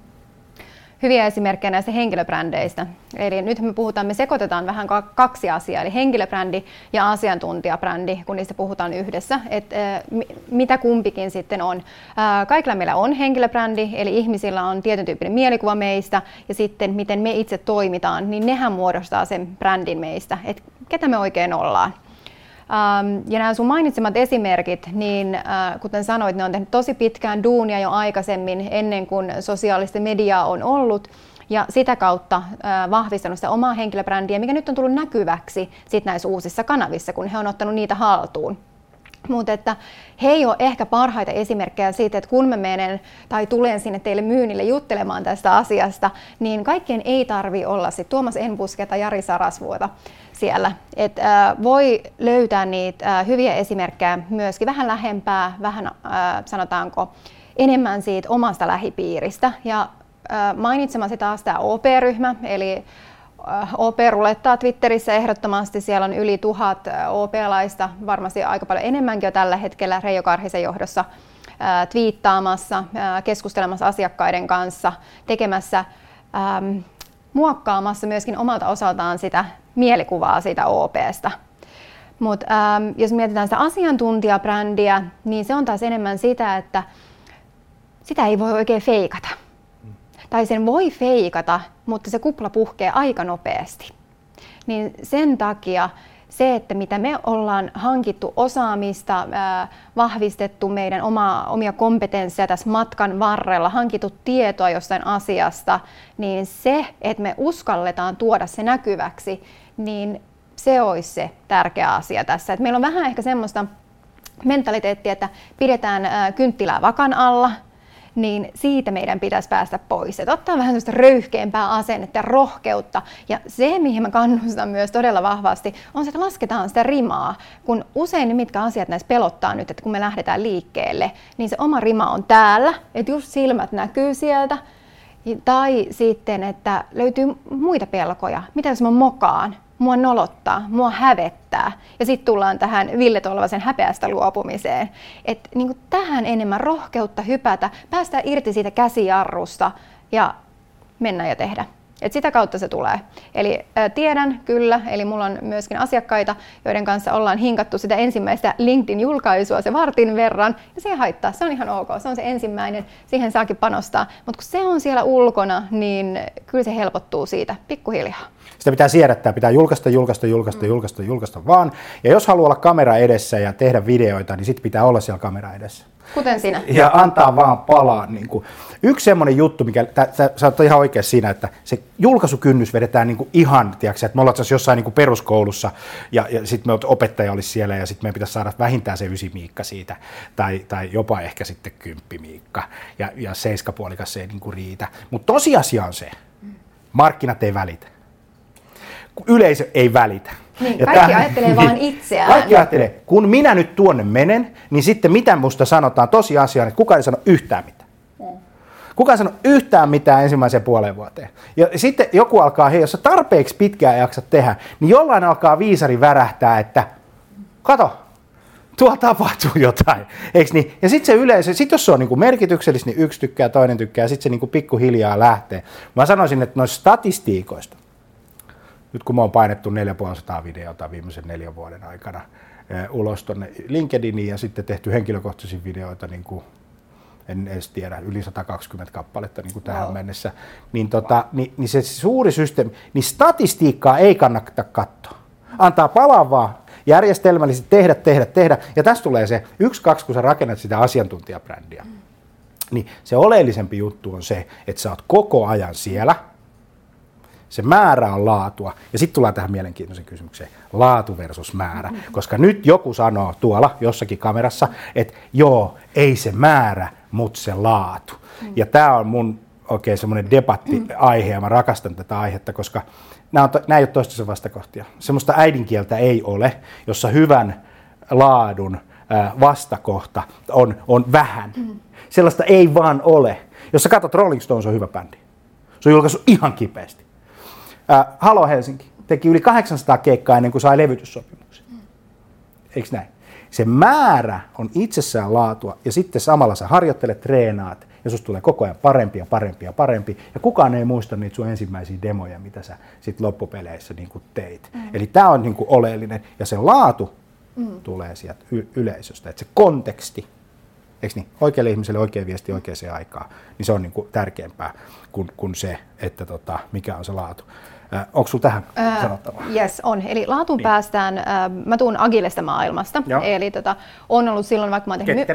Hyviä esimerkkejä näistä henkilöbrändeistä. Eli nyt me sekoitetaan vähän kaksi asiaa, eli henkilöbrändi ja asiantuntijabrändi, kun niistä puhutaan yhdessä, että mitä kumpikin sitten on. Kaikilla meillä on henkilöbrändi, eli ihmisillä on tietyn tyyppinen mielikuva meistä, ja sitten miten me itse toimitaan, niin nehän muodostaa sen brändin meistä, että ketä me oikein ollaan. Ja nämä sun mainitsemat esimerkit, niin kuten sanoit, ne on tehnyt tosi pitkään duunia jo aikaisemmin, ennen kuin sosiaalista mediaa on ollut, ja sitä kautta vahvistanut sitä omaa henkilöbrändiä, mikä nyt on tullut näkyväksi sit näissä uusissa kanavissa, kun he on ottanut niitä haltuun. Mutta että he ei ole ehkä parhaita esimerkkejä siitä, että kun mä menen tai tulen sinne teille myynnille juttelemaan tästä asiasta, niin kaikkien ei tarvitse olla sit Tuomas Enbuske tai Jari Sarasvuota siellä. Et, voi löytää niitä hyviä esimerkkejä myöskin vähän lähempää, vähän sanotaanko enemmän siitä omasta lähipiiristä. Ja mainitsemasi taas tämä OP-ryhmä, eli OP rulettaa Twitterissä ehdottomasti, siellä on yli 1000 OP-laista, varmasti aika paljon enemmänkin jo tällä hetkellä Reijo Karhisen johdossa twiittaamassa, keskustelemassa asiakkaiden kanssa, tekemässä, muokkaamassa myöskin omalta osaltaan sitä mielikuvaa siitä OP:sta. Mutta jos mietitään sitä asiantuntijabrändiä, niin se on taas enemmän sitä, että sitä ei voi oikein feikata. Tai sen voi feikata, mutta se kupla puhkee aika nopeasti. Niin sen takia se, että mitä me ollaan hankittu osaamista, vahvistettu meidän omia kompetensseja tässä matkan varrella, hankittu tietoa jostain asiasta, niin se, että me uskalletaan tuoda se näkyväksi, niin se olisi se tärkeä asia tässä. Et meillä on vähän ehkä semmoista mentaliteettia, että pidetään kynttilää vakan alla, niin siitä meidän pitäisi päästä pois. Että ottaa vähän sellaista röyhkeämpää asennetta ja rohkeutta. Ja se, mihin mä kannustan myös todella vahvasti, on se, että lasketaan sitä rimaa. Kun usein mitkä asiat näissä pelottaa nyt, että kun me lähdetään liikkeelle, niin se oma rima on täällä, että just silmät näkyy sieltä. Tai sitten, että löytyy muita pelkoja. Mitä jos mä mokaan? Mua nolottaa, mua hävettää. Ja sitten tullaan tähän Ville Tolvasen häpeästä luopumiseen. Että niin tähän enemmän rohkeutta hypätä, päästään irti siitä käsijarrusta ja mennä ja tehdä. Et sitä kautta se tulee. Eli tiedän kyllä, eli mulla on myöskin asiakkaita, joiden kanssa ollaan hinkattu sitä ensimmäistä LinkedIn-julkaisua se vartin verran. Ja se ei haittaa, se on ihan ok, se on se ensimmäinen, siihen saakin panostaa. Mutta kun se on siellä ulkona, niin kyllä se helpottuu siitä pikkuhiljaa. Sitä pitää siedättää, pitää julkaista vaan. Ja jos haluaa olla kamera edessä ja tehdä videoita, niin sitten pitää olla siellä kamera edessä. Kuten sinä. Ja antaa vaan palaa. Niin kuin. Yksi semmoinen juttu, mikä sä oot ihan oikeassa siinä, että se julkaisukynnys vedetään niin kuin ihan, tiiäksä, että me ollaan jossain niin kuin peruskoulussa ja sitten opettaja olisi siellä ja sitten meidän pitäisi saada vähintään se 9 miikka siitä tai jopa ehkä sitten 10 miikka ja 7,5 se ei niin kuin riitä. Mutta tosiasia on se, markkinat ei välitä. Yleisö ei välitä. Niin, kaikki ajattelee vaan itseään. Kaikki ajattelee, kun minä nyt tuonne menen, niin sitten mitä musta sanotaan tosiasiaan, että kukaan ei sano yhtään mitään. Kukaan ei sano yhtään mitään ensimmäiseen puoleen vuoteen. Ja sitten joku alkaa, hei, jos sä tarpeeksi pitkään jaksat tehdä, niin jollain alkaa viisari värähtää, että kato, tuolla tapahtuu jotain. Eikö niin? Ja sitten se yleisö, jos se on niinku merkityksellistä, niin yksi tykkää, toinen tykkää, ja sitten se niinku pikkuhiljaa lähtee. Mä sanoisin, että noista statistiikoista, nyt kun mä oon painettu 450 videota viimeisen 4 vuoden aikana ulos tuonne LinkedIniin ja sitten tehty henkilökohtaisia videoita, niin kuin, en edes tiedä, yli 120 kappaletta niin kuin tähän mennessä, niin se suuri systeemi, niin statistiikkaa ei kannata katsoa. Antaa palaa vaan järjestelmällisesti tehdä. Ja tässä tulee se 1-2, kun sä rakennat sitä asiantuntijabrändiä. Niin se oleellisempi juttu on se, että sä oot koko ajan siellä. Se määrä on laatua. Ja sitten tullaan tähän mielenkiintoiseen kysymykseen. Laatu versus määrä. Koska nyt joku sanoo tuolla jossakin kamerassa, että joo, ei se määrä, mutta se laatu. Ja tämä on mun oikein semmoinen debattiaihe ja mä rakastan tätä aihetta, koska nämä ei ole toistensa vastakohtia. Semmoista äidinkieltä ei ole, jossa hyvän laadun vastakohta on vähän. Sellaista ei vaan ole. Jos sä katsot, Rolling Stones on hyvä bändi. Se on julkaissut ihan kipeästi. Halo Helsinki teki yli 800 keikkaa ennen kuin sai levytyssopimuksen. Eikö näin? Se määrä on itsessään laatua ja sitten samalla sä harjoittelet, treenaat ja susta tulee koko ajan parempi ja parempi ja parempi. Ja kukaan ei muista niitä sun ensimmäisiä demoja, mitä sä sit loppupeleissä niin kuin teit. Eli tää on niin kuin oleellinen ja se laatu tulee sieltä yleisöstä. Että se konteksti, eikö niin, oikealle ihmiselle oikea viesti oikeaan aikaan, niin se on niin kuin tärkeämpää kuin se, että mikä on se laatu. Onko sinulla tähän sanottavaa? Yes, on. Eli laatuun päästään, mä tuun agilesta maailmasta, eli on ollut silloin, vaikka mä oon tehnyt...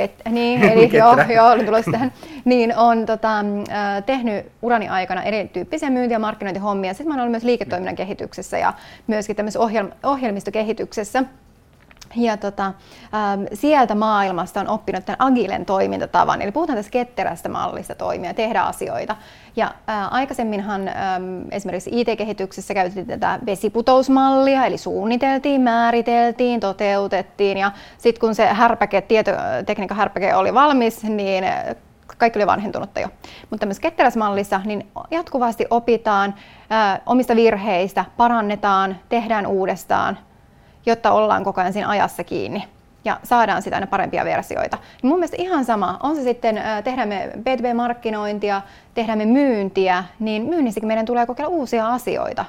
olin tulossa tähän. Niin on tehnyt urani aikana erityyppisiä myynti- ja markkinointihommia. Sitten mä oon ollut myös liiketoiminnan kehityksessä ja myöskin tämmöisessä ohjelmistokehityksessä. Ja sieltä maailmasta on oppinut tämän agilen toimintatavan, eli puhutaan tästä ketterästä mallista toimia, tehdä asioita. Ja aikaisemminhan esimerkiksi IT-kehityksessä käytettiin tätä vesiputousmallia, eli suunniteltiin, määriteltiin, toteutettiin, ja sitten kun se tietotekniikan härpäke oli valmis, niin kaikki oli vanhentunutta jo. Mutta tämmöisessä ketterässä mallissa niin jatkuvasti opitaan omista virheistä, parannetaan, tehdään uudestaan, jotta ollaan koko ajan siinä ajassa kiinni ja saadaan sitä aina parempia versioita. Ja mun mielestä ihan sama, on se sitten, tehdään me B2B-markkinointia, tehdään me myyntiä, niin myynnissäkin meidän tulee kokeilla uusia asioita.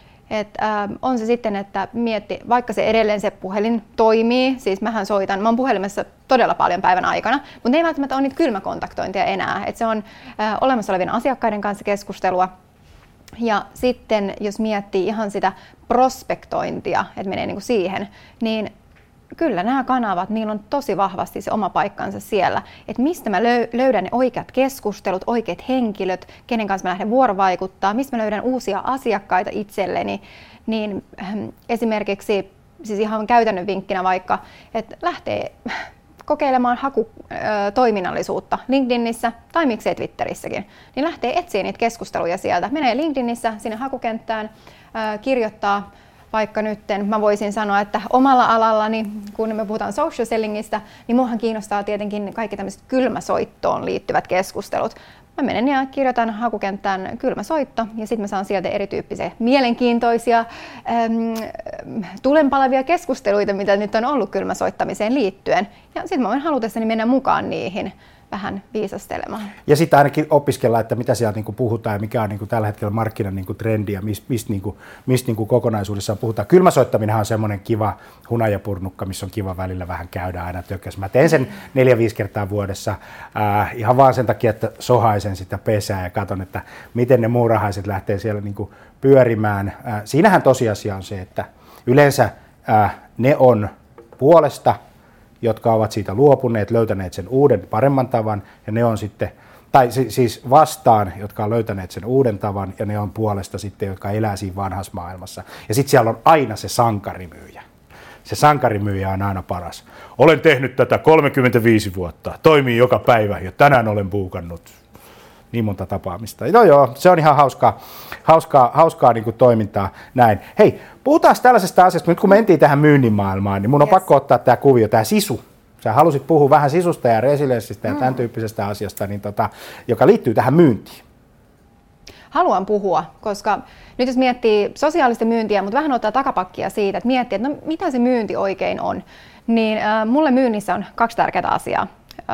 On se sitten, että vaikka se edelleen se puhelin toimii, siis mä oon puhelimessa todella paljon päivän aikana, mutta ne ei välttämättä ole niitä kylmäkontaktointia enää. Se on olemassa olevien asiakkaiden kanssa keskustelua. Ja sitten jos miettii ihan sitä prospektointia, että menee niin kuin siihen, niin kyllä nämä kanavat, niillä on tosi vahvasti se oma paikkansa siellä. Että mistä mä löydän ne oikeat keskustelut, oikeat henkilöt, kenen kanssa mä lähden vuorovaikuttaa, mistä mä löydän uusia asiakkaita itselleni. Niin esimerkiksi, siis ihan käytännön vinkkinä vaikka, että lähtee kokeilemaan hakutoiminnallisuutta LinkedInissä tai miksei Twitterissäkin, niin lähtee etsiä niitä keskusteluja sieltä. Menee LinkedInissä sinne hakukenttään, kirjoittaa vaikka nytten, mä voisin sanoa, että omalla alallani, kun me puhutaan social sellingistä, niin muahan kiinnostaa tietenkin kaikki tämmöiset kylmäsoittoon liittyvät keskustelut. Mä menen ja kirjoitan hakukenttään kylmäsoitto ja sitten mä saan sieltä erityyppisiä mielenkiintoisia tulenpalavia keskusteluita, mitä nyt on ollut kylmäsoittamiseen liittyen. Ja sitten mä voin halutessani mennä mukaan niihin vähän viisastelemaan. Ja sitten ainakin opiskellaan, että mitä siellä niinku puhutaan ja mikä on niinku tällä hetkellä markkinan niinku trendi ja mistä niinku kokonaisuudessaan puhutaan. Kylmäsoittaminenhan on semmoinen kiva hunajapurnukka, missä on kiva välillä vähän käydä aina tökäs. Mä teen sen 4-5 kertaa vuodessa ihan vaan sen takia, että sohaisen sitä pesää ja katson, että miten ne muurahaiset lähtee siellä niinku pyörimään. Siinähän tosiasia on se, että yleensä ne on puolesta, jotka ovat siitä luopuneet, löytäneet sen uuden paremman tavan, ja ne on sitten, tai siis vastaan, jotka on löytäneet sen uuden tavan, ja ne on puolesta sitten, jotka elää siinä vanhassa maailmassa. Ja sitten siellä on aina se sankarimyyjä. Se sankarimyyjä on aina paras. Olen tehnyt tätä 35 vuotta, toimii joka päivä, ja tänään olen buukannut niin monta tapaamista. Joo, se on ihan hauskaa niin kuin toimintaa näin. Hei, puhutaan tällaisesta asiasta, nyt kun mentiin tähän myynnin maailmaan, niin mun on pakko ottaa tämä kuvio, tämä sisu. Sä halusit puhua vähän sisusta ja resilienssistä ja tämän tyyppisestä asiasta, niin joka liittyy tähän myyntiin. Haluan puhua, koska nyt jos miettii sosiaalista myyntiä, mutta vähän ottaa takapakkia siitä, että miettii, että no, mitä se myynti oikein on, niin mulle myynnissä on 2 tärkeää asiaa.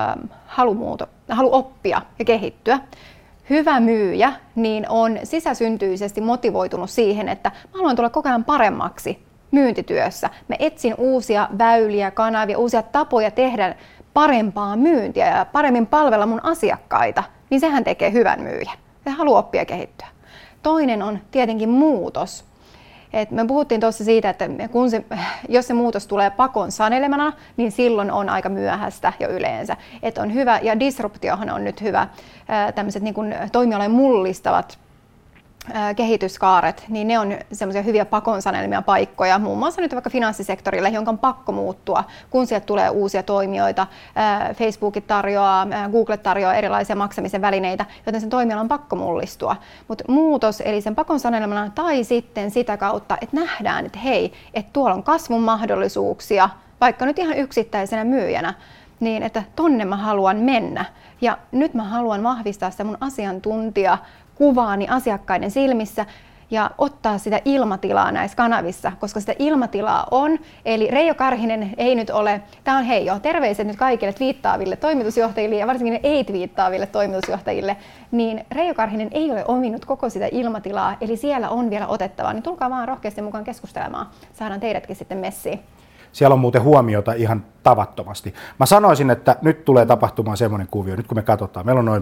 Halu oppia ja kehittyä. Hyvä myyjä niin on sisäsyntyisesti motivoitunut siihen, että mä haluan tulla koko ajan paremmaksi myyntityössä. Mä etsin uusia väyliä, kanavia, uusia tapoja tehdä parempaa myyntiä ja paremmin palvella mun asiakkaita. Niin sehän tekee hyvän myyjän. Se haluaa oppia ja kehittyä. Toinen on tietenkin muutos. Me puhuttiin tuossa siitä, että jos se muutos tulee pakon sanelemana, niin silloin on aika myöhäistä jo yleensä. On hyvä, ja disruptiohan on nyt hyvä, tämmöiset niin kuin toimialojen mullistavat kehityskaaret, niin ne on semmoisia hyviä pakon sanelemia paikkoja, muun muassa nyt vaikka finanssisektorille, jonka on pakko muuttua, kun sieltä tulee uusia toimijoita. Facebook tarjoaa, Google tarjoaa erilaisia maksamisen välineitä, joten sen toimiala on pakko mullistua. Mutta muutos, eli sen pakon sanelemana tai sitten sitä kautta, että nähdään, että hei, että tuolla on kasvun mahdollisuuksia, vaikka nyt ihan yksittäisenä myyjänä, niin että tonne mä haluan mennä. Ja nyt mä haluan vahvistaa sitä mun asiantuntijakuvaani asiakkaiden silmissä ja ottaa sitä ilmatilaa näissä kanavissa, koska sitä ilmatilaa on. Eli Reijo Karhinen ei nyt ole, tää on hei jo, terveiset nyt kaikille twiittaaville toimitusjohtajille ja varsinkin ne ei-twiittaaville toimitusjohtajille, niin Reijo Karhinen ei ole ominut koko sitä ilmatilaa, eli siellä on vielä otettavaa, niin tulkaa vaan rohkeasti mukaan keskustelemaan, saadaan teidätkin sitten messiin. Siellä on muuten huomiota ihan tavattomasti. Mä sanoisin, että nyt tulee tapahtumaan semmoinen kuvio, nyt kun me katsotaan, meillä on noin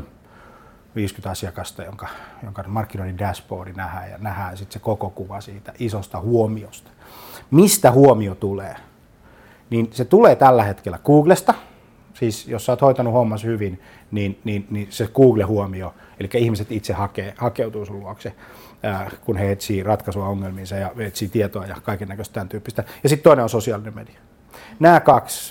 50 asiakasta, jonka markkinoinnin dashboardi nähdään ja nähdään sitten se koko kuva siitä isosta huomiosta. Mistä huomio tulee? Niin se tulee tällä hetkellä Googlesta, siis jos sä oot hoitanut hommasi hyvin, niin se Google-huomio, eli ihmiset itse hakeutuu sun luokse, kun he etsii ratkaisua ongelmiinsa ja etsii tietoa ja kaiken näköistä tämän tyyppistä. Ja sitten toinen on sosiaalinen media. Nämä kaksi,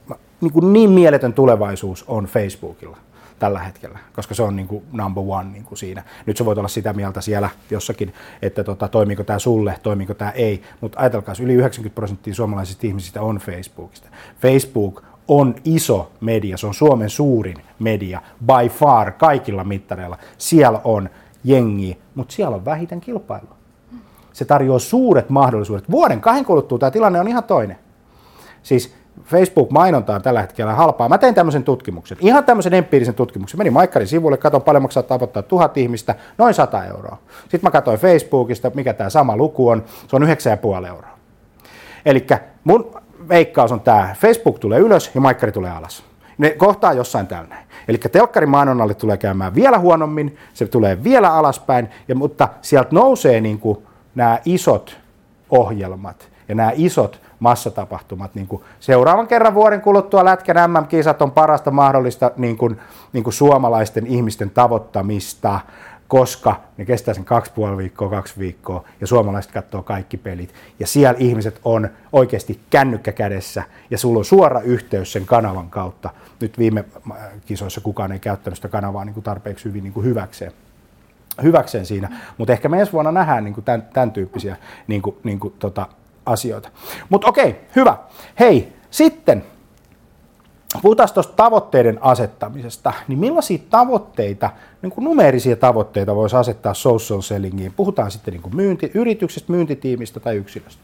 niin mieletön tulevaisuus on Facebookilla tällä hetkellä, koska se on niin kuin number one niin kuin siinä. Nyt sä voit olla sitä mieltä siellä jossakin, että toimiiko tämä sulle, toimiiko tämä ei, mutta ajatelkaa, yli 90% suomalaisista ihmisistä on Facebookista. Facebook on iso media, se on Suomen suurin media, by far, kaikilla mittareilla. Siellä on jengiä, mutta siellä on vähiten kilpailua. Se tarjoaa suuret mahdollisuudet. Vuoden 2 kuluttua tämä tilanne on ihan toinen. Siis Facebook-mainonta on tällä hetkellä halpaa. Mä tein tämmöisen tutkimuksen, ihan tämmöisen empiirisen tutkimuksen. Menin Maikkarin sivuille, katson paljon maksaa tavoittaa 1000 ihmistä, noin 100 euroa. Sitten mä katsoin Facebookista, mikä tämä sama luku on, se on 9,5 euroa. Elikkä mun veikkaus on tämä, Facebook tulee ylös ja Maikkari tulee alas. Ne kohtaa jossain tällä. Eli telkkarin mainonnalle tulee käymään vielä huonommin, se tulee vielä alaspäin, mutta sieltä nousee niin kuin nämä isot ohjelmat ja nämä isot massatapahtumat. Niin kuin seuraavan kerran vuoden kuluttua Lätkän MM-kisat on parasta mahdollista niin kuin suomalaisten ihmisten tavoittamista, koska ne kestää sen 2,5 viikkoa, 2 viikkoa, ja suomalaiset katsoo kaikki pelit. Ja siellä ihmiset on oikeasti kännykkä kädessä, ja sulla on suora yhteys sen kanavan kautta. Nyt viime kisoissa kukaan ei käyttänyt sitä kanavaa niin kuin tarpeeksi hyvin niin kuin hyväkseen siinä. Mutta ehkä me ensi vuonna nähdään niin kuin tämän tyyppisiä asioita. Mutta okei, hyvä. Hei, sitten puhutaan tuosta tavoitteiden asettamisesta, niin millaisia tavoitteita, niin kuin numeerisia tavoitteita voisi asettaa social sellingiin? Puhutaan sitten niin kuin yrityksestä, myyntitiimistä tai yksilöstä.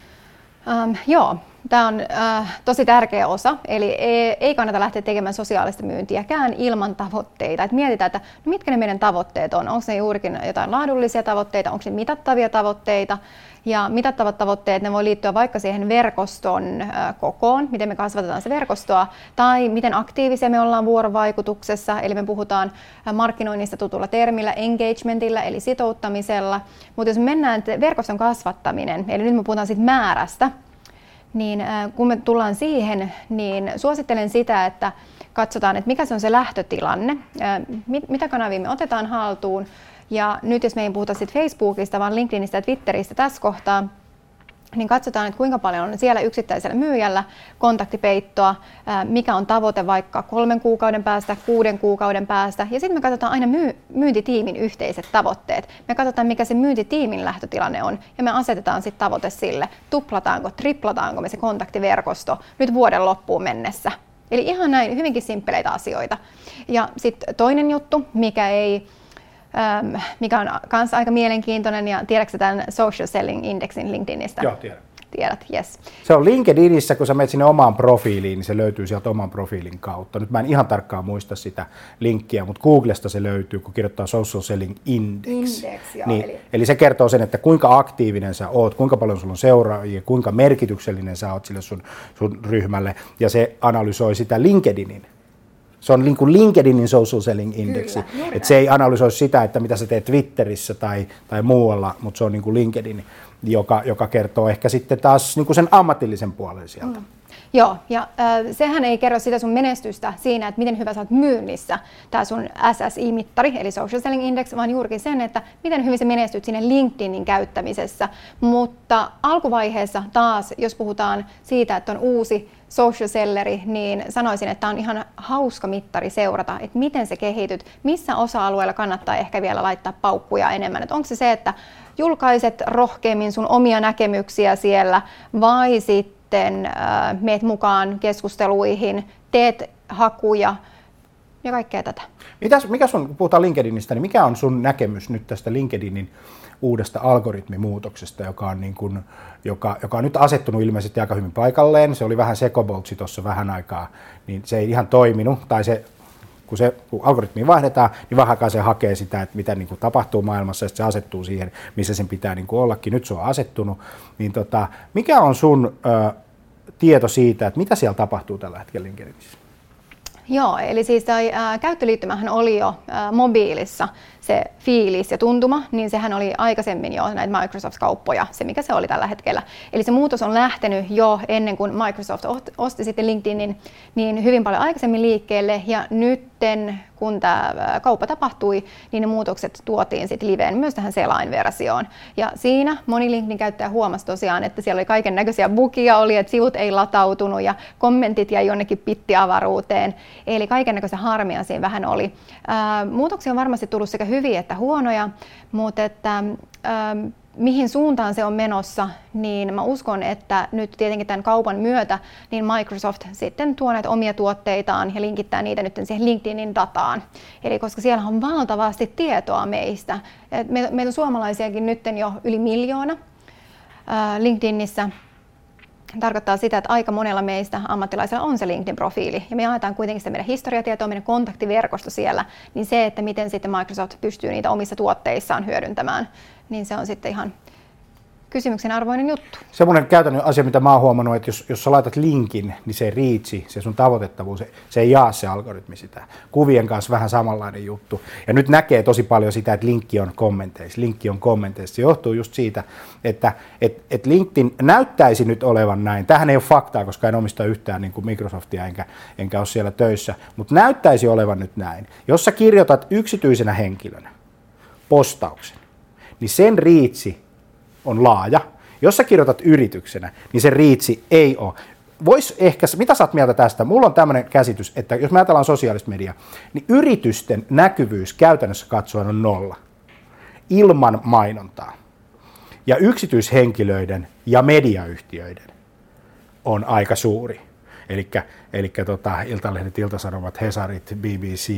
Joo, tämä on tosi tärkeä osa, eli ei kannata lähteä tekemään sosiaalista myyntiäkään ilman tavoitteita. Et mietitään, että no mitkä ne meidän tavoitteet on, onko ne juurikin jotain laadullisia tavoitteita, onko ne mitattavia tavoitteita, ja mitattavat tavoitteet, ne voi liittyä vaikka siihen verkoston kokoon, miten me kasvatetaan se verkostoa, tai miten aktiivisia me ollaan vuorovaikutuksessa, eli me puhutaan markkinoinnista tutulla termillä engagementilla, eli sitouttamisella, mutta jos me mennään verkoston kasvattaminen, eli nyt me puhutaan siitä määrästä, niin kun me tullaan siihen, niin suosittelen sitä, että katsotaan, että mikä se on se lähtötilanne, mitä kanavia me otetaan haltuun. Ja nyt jos me ei puhuta sit Facebookista, vaan LinkedInistä ja Twitteristä tässä kohtaa, niin katsotaan, että kuinka paljon on siellä yksittäisellä myyjällä kontaktipeittoa, mikä on tavoite vaikka 3 kuukauden päästä, 6 kuukauden päästä. Ja sitten me katsotaan aina myyntitiimin yhteiset tavoitteet. Me katsotaan, mikä se myyntitiimin lähtötilanne on, ja me asetetaan sitten tavoite sille, tuplataanko, triplataanko me se kontaktiverkosto nyt vuoden loppuun mennessä. Eli ihan näin hyvinkin simppeleitä asioita. Ja sitten toinen juttu, mikä on myös aika mielenkiintoinen, ja tiedätkö tämän Social Selling Indexin LinkedInistä? Joo, tiedän. Tiedät, yes. Se on LinkedInissä, kun sä menet sinne omaan profiiliin, niin se löytyy sieltä oman profiilin kautta. Nyt mä en ihan tarkkaan muista sitä linkkiä, mutta Googlesta se löytyy, kun kirjoittaa Social Selling Index. Joo, niin, eli se kertoo sen, että kuinka aktiivinen sä oot, kuinka paljon sulla on seuraajia, kuinka merkityksellinen sä oot sille sun ryhmälle, ja se analysoi sitä LinkedInin. Se on niin kuin LinkedInin Social Selling Indeksi. Et se ei analysoi sitä, että mitä sä teet Twitterissä tai muualla, mutta se on niin kuin LinkedIn, joka kertoo ehkä sitten taas niin kuin sen ammatillisen puolen sieltä. Joo, ja sehän ei kerro sitä sun menestystä siinä, että miten hyvä sä oot myynnissä, tämä sun SSI-mittari, eli Social Selling Index, vaan juurikin sen, että miten hyvin sä menestyt siinä LinkedInin käyttämisessä. Mutta alkuvaiheessa taas, jos puhutaan siitä, että on uusi social selleri, niin sanoisin, että on ihan hauska mittari seurata, että miten se kehityt, missä osa-alueella kannattaa ehkä vielä laittaa paukkuja enemmän. Että onko se, että julkaiset rohkeammin sun omia näkemyksiä siellä, vai sitten meet mukaan keskusteluihin, teet hakuja ja kaikkea tätä. Mikä sun, puhutaan LinkedInistä, niin mikä on sun näkemys nyt tästä LinkedInin uudesta algoritmimuutoksesta, joka on nyt asettunut ilmeisesti aika hyvin paikalleen. Se oli vähän sekoboltsi tuossa vähän aikaa, niin se ei ihan toiminut, tai kun algoritmiin vaihdetaan, niin vähän aikaa se hakee sitä, että mitä niin kuin tapahtuu maailmassa, ja se asettuu siihen, missä sen pitää niin kuin ollakin. Nyt se on asettunut. Niin mikä on sun tieto siitä, että mitä siellä tapahtuu tällä hetkellä LinkedInissä? Joo, eli siis käyttöliittymähän oli jo mobiilissa se fiilis ja tuntuma, niin sehän oli aikaisemmin jo näitä Microsoft-kauppoja, se mikä se oli tällä hetkellä. Eli se muutos on lähtenyt jo ennen kuin Microsoft osti sitten LinkedInin niin hyvin paljon aikaisemmin liikkeelle, ja nytten kun tämä kauppa tapahtui, niin ne muutokset tuotiin sitten liveen myös tähän selainversioon. Ja siinä moni LinkedIn-käyttäjä huomasi tosiaan, että siellä oli kaiken näköisiä bugia, että sivut ei latautunut ja kommentit jäi jonnekin pittiavaruuteen. Eli kaiken näköistä harmia siinä vähän oli. Muutoksia on varmasti tullut sekä hyviä että huonoja, mutta että mihin suuntaan se on menossa, niin mä uskon, että nyt tietenkin tämän kaupan myötä niin Microsoft sitten tuo näitä omia tuotteitaan ja linkittää niitä nyt siihen LinkedInin dataan. Eli koska siellä on valtavasti tietoa meistä. Meillä on suomalaisiakin nyt jo yli 1 miljoona LinkedInissä. Tarkoittaa sitä, että aika monella meistä ammattilaisilla on se LinkedIn-profiili, ja me jaetaan kuitenkin sitä meidän historiatietoa, meidän kontaktiverkosto siellä, niin se, että miten sitten Microsoft pystyy niitä omissa tuotteissaan hyödyntämään, niin se on sitten ihan kysymyksen arvoinen juttu. Semmoinen käytännön asia, mitä mä oon huomannut, että jos sä laitat linkin, niin se reachi, se sun tavoitettavuus, se ei jaa se algoritmi sitä. Kuvien kanssa vähän samanlainen juttu. Ja nyt näkee tosi paljon sitä, että linkki on kommenteissa. Se johtuu just siitä, että LinkedIn näyttäisi nyt olevan näin. Tämähän ei ole faktaa, koska en omista yhtään niin kuin Microsoftia enkä ole siellä töissä, mutta näyttäisi olevan nyt näin. Jos sä kirjoitat yksityisenä henkilönä postauksen, niin sen reachi on laaja. Jos sä kirjoitat yrityksenä, niin se reachi ei ole. Mitä sä oot mieltä tästä? Mulla on tämmöinen käsitys, että jos me ajatellaan sosiaalista mediaa, niin yritysten näkyvyys käytännössä katsoen on 0. Ilman mainontaa. Ja yksityishenkilöiden ja mediayhtiöiden on aika suuri. Eli Iltalehdet, Iltasanomat, Hesarit, BBC,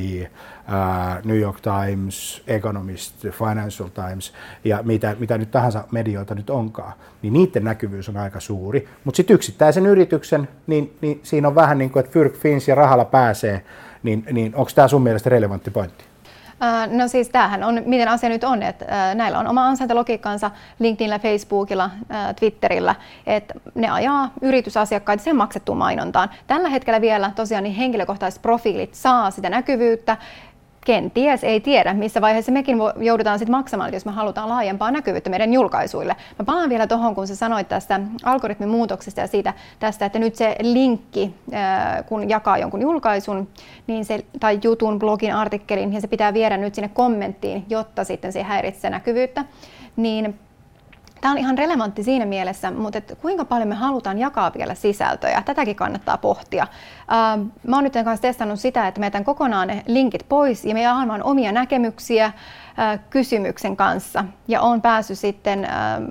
New York Times, Economist, Financial Times ja mitä nyt tahansa medioita nyt onkaan, niin niiden näkyvyys on aika suuri. Mutta sitten yksittäisen yrityksen, niin siinä on vähän niin kuin, että fyrk fins ja rahalla pääsee, niin onko tämä sun mielestä relevantti pointti? No siis tämähän on, miten asia nyt on, että näillä on oma ansaintalogiikkansa LinkedInillä, Facebookilla, Twitterillä, että ne ajaa yritysasiakkaita sen maksettuun mainontaan. Tällä hetkellä vielä tosiaan niin henkilökohtaiset profiilit saa sitä näkyvyyttä. Kenties ei tiedä, missä vaiheessa mekin joudutaan sitten maksamaan, jos me halutaan laajempaa näkyvyyttä meidän julkaisuille. Mä palaan vielä tuohon, kun sä sanoit tästä algoritmin muutoksesta ja tästä, että nyt se linkki, kun jakaa jonkun julkaisun niin tai jutun, blogin, artikkelin, ja se pitää viedä nyt sinne kommenttiin, jotta sitten se häiritsee näkyvyyttä, niin tämä on ihan relevantti siinä mielessä, mutta että kuinka paljon me halutaan jakaa vielä sisältöjä, tätäkin kannattaa pohtia. Mä oon nyt kanssa testannut sitä, että me jätän kokonaan ne linkit pois ja me jaamaan omia näkemyksiä kysymyksen kanssa. Ja oon päässyt sitten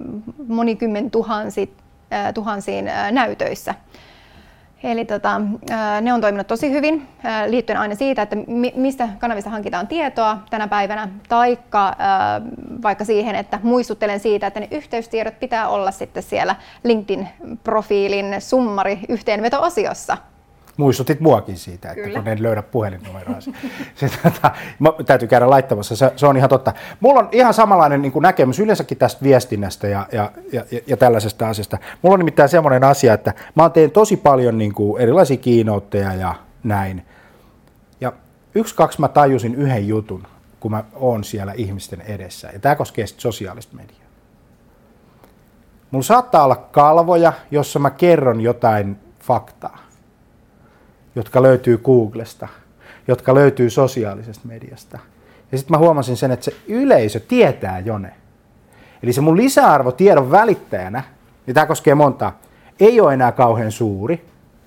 tuhansiin näytöissä. Eli ne on toiminut tosi hyvin liittyen aina siitä, että mistä kanavista hankitaan tietoa tänä päivänä, taikka vaikka siihen, että muistuttelen siitä, että ne yhteystiedot pitää olla sitten siellä LinkedIn-profiilin summari-yhteenveto-osiossa. Muistutit muakin siitä, että kun en löydä puhelinnumeroa. Täytyy käydä laittamassa, se on ihan totta. Mulla on ihan samanlainen niin kuin näkemys yleensäkin tästä viestinnästä ja tällaisesta asiasta. Mulla on nimittäin semmoinen asia, että mä teen tosi paljon niin kuin erilaisia keynoteja ja näin. Ja 1-2 mä tajusin yhden jutun, kun mä oon siellä ihmisten edessä. Ja tämä koskee sosiaalista mediaa. Mulla saattaa olla kalvoja, jossa mä kerron jotain faktaa, jotka löytyy Googlesta, jotka löytyy sosiaalisesta mediasta. Ja sitten mä huomasin sen, että se yleisö tietää jo ne. Eli se mun lisäarvo tiedon välittäjänä, niin tämä koskee montaa, ei ole enää kauhean suuri,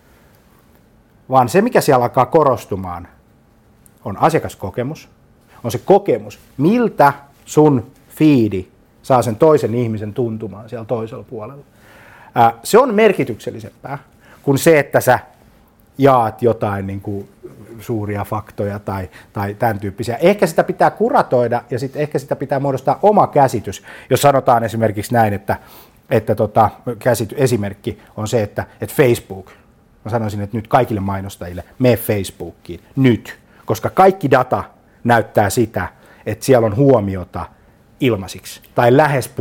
vaan se, mikä siellä alkaa korostumaan, on asiakaskokemus, on se kokemus, miltä sun fiidi saa sen toisen ihmisen tuntumaan siellä toisella puolella. Se on merkityksellisempää kuin se, että sä jaat jotain niin kuin suuria faktoja tai tämän tyyppisiä. Ehkä sitä pitää kuratoida ja sitten ehkä sitä pitää muodostaa oma käsitys. Jos sanotaan esimerkiksi näin, että esimerkki on se, että Facebook, mä sanoisin, että nyt kaikille mainostajille, mene Facebookiin nyt, koska kaikki data näyttää sitä, että siellä on huomiota ilmaisiksi tai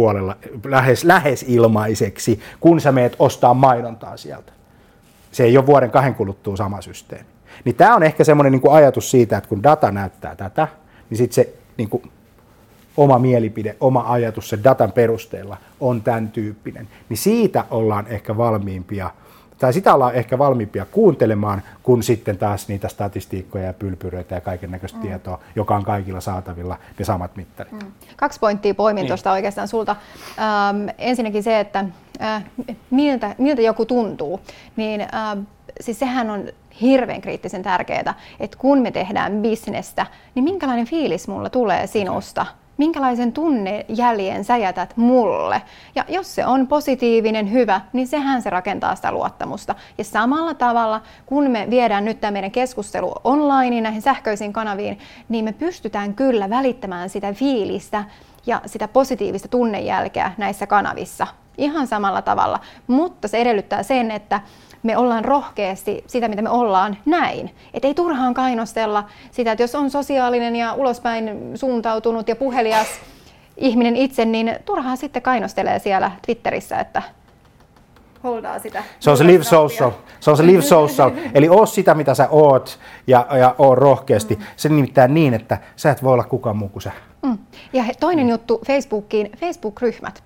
lähes ilmaiseksi, kun sä meet ostaa mainontaa sieltä. Se ei ole vuoden 2 kuluttua sama systeemi. Niin tämä on ehkä semmoinen niin kuin ajatus siitä, että kun data näyttää tätä, niin sitten se niin kuin oma mielipide, oma ajatus sen datan perusteella on tämän tyyppinen. Niin siitä ollaan ehkä valmiimpia, tai sitä ollaan ehkä valmiimpia kuuntelemaan, kun sitten taas niitä statistiikkoja ja pylpyröitä ja kaiken näköistä tietoa, joka on kaikilla saatavilla, ne samat mittarit. 2 pointtia poimin tuosta oikeastaan sulta. Ensinnäkin se, että miltä joku tuntuu, niin siis sehän on hirveän kriittisen tärkeää, että kun me tehdään bisnestä, niin minkälainen fiilis mulla tulee sinusta? Minkälaisen tunnejäljen sä jätät mulle? Ja jos se on positiivinen, hyvä, niin sehän se rakentaa sitä luottamusta. Ja samalla tavalla, kun me viedään nyt tämä meidän keskustelu online näihin sähköisiin kanaviin, niin me pystytään kyllä välittämään sitä fiilistä ja sitä positiivista tunnejälkeä näissä kanavissa. Ihan samalla tavalla, mutta se edellyttää sen, että me ollaan rohkeasti sitä, mitä me ollaan näin. Et ei turhaan kainostella sitä, että jos on sosiaalinen ja ulospäin suuntautunut ja puhelias ihminen itse, niin turhaan sitten kainostelee siellä Twitterissä, että holdaa sitä. Se on se live social. Se on se live social. Eli oo sitä, mitä sä oot ja oo rohkeasti. Se nimittäin niin, että sä et voi olla kukaan muu kuin sä. Ja toinen juttu Facebookiin, Facebook-ryhmät.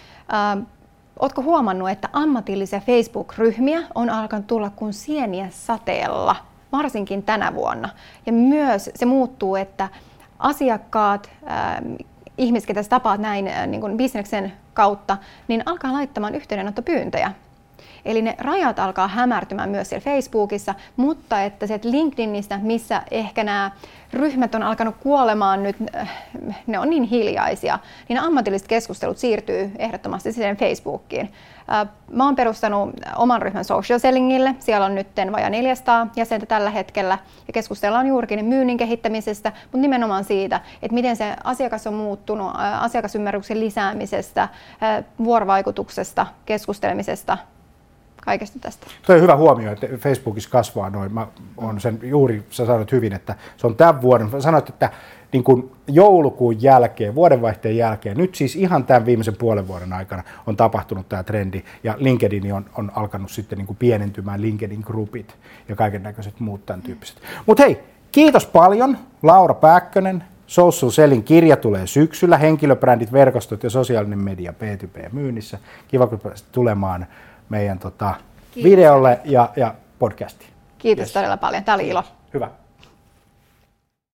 Ootko huomannut, että ammatillisia Facebook-ryhmiä on alkanut tulla kuin sieniä sateella, varsinkin tänä vuonna. Ja myös se muuttuu, että asiakkaat, ihmiset, ketä sä tapaat näin niin kuin bisneksen kautta, niin alkaa laittamaan yhteydenottopyyntöjä. Eli ne rajat alkaa hämärtymään myös siellä Facebookissa, mutta että se LinkedInistä, missä ehkä nämä ryhmät on alkanut kuolemaan nyt, ne on niin hiljaisia, niin ammatilliset keskustelut siirtyy ehdottomasti siihen Facebookiin. Mä oon perustanut oman ryhmän Social Sellingille, siellä on nyt vajaa 400 jäsentä tällä hetkellä ja keskustellaan juurikin myynnin kehittämisestä, mutta nimenomaan siitä, että miten se asiakas on muuttunut, asiakasymmärryksen lisäämisestä, vuorovaikutuksesta, keskustelemisesta. Kaikesta tästä. Tuo on hyvä huomio, että Facebookissa kasvaa noin. Mä on sen juuri, sä sanoit hyvin, että se on tämän vuoden. Sanoit, että niin kuin joulukuun jälkeen, vuodenvaihteen jälkeen, nyt siis ihan tämän viimeisen puolen vuoden aikana on tapahtunut tämä trendi ja LinkedIn on alkanut sitten niin kuin pienentymään, LinkedIn-grupit ja kaiken näköiset muut tämän tyyppiset. Mutta hei, kiitos paljon Laura Pääkkönen. Social Selling kirja tulee syksyllä, henkilöbrändit, verkostot ja sosiaalinen media B2B-myynnissä. Kiva, kun pääsit tulemaan meidän videolle ja podcastiin. Kiitos todella paljon. Tämä oli ilo. Hyvä.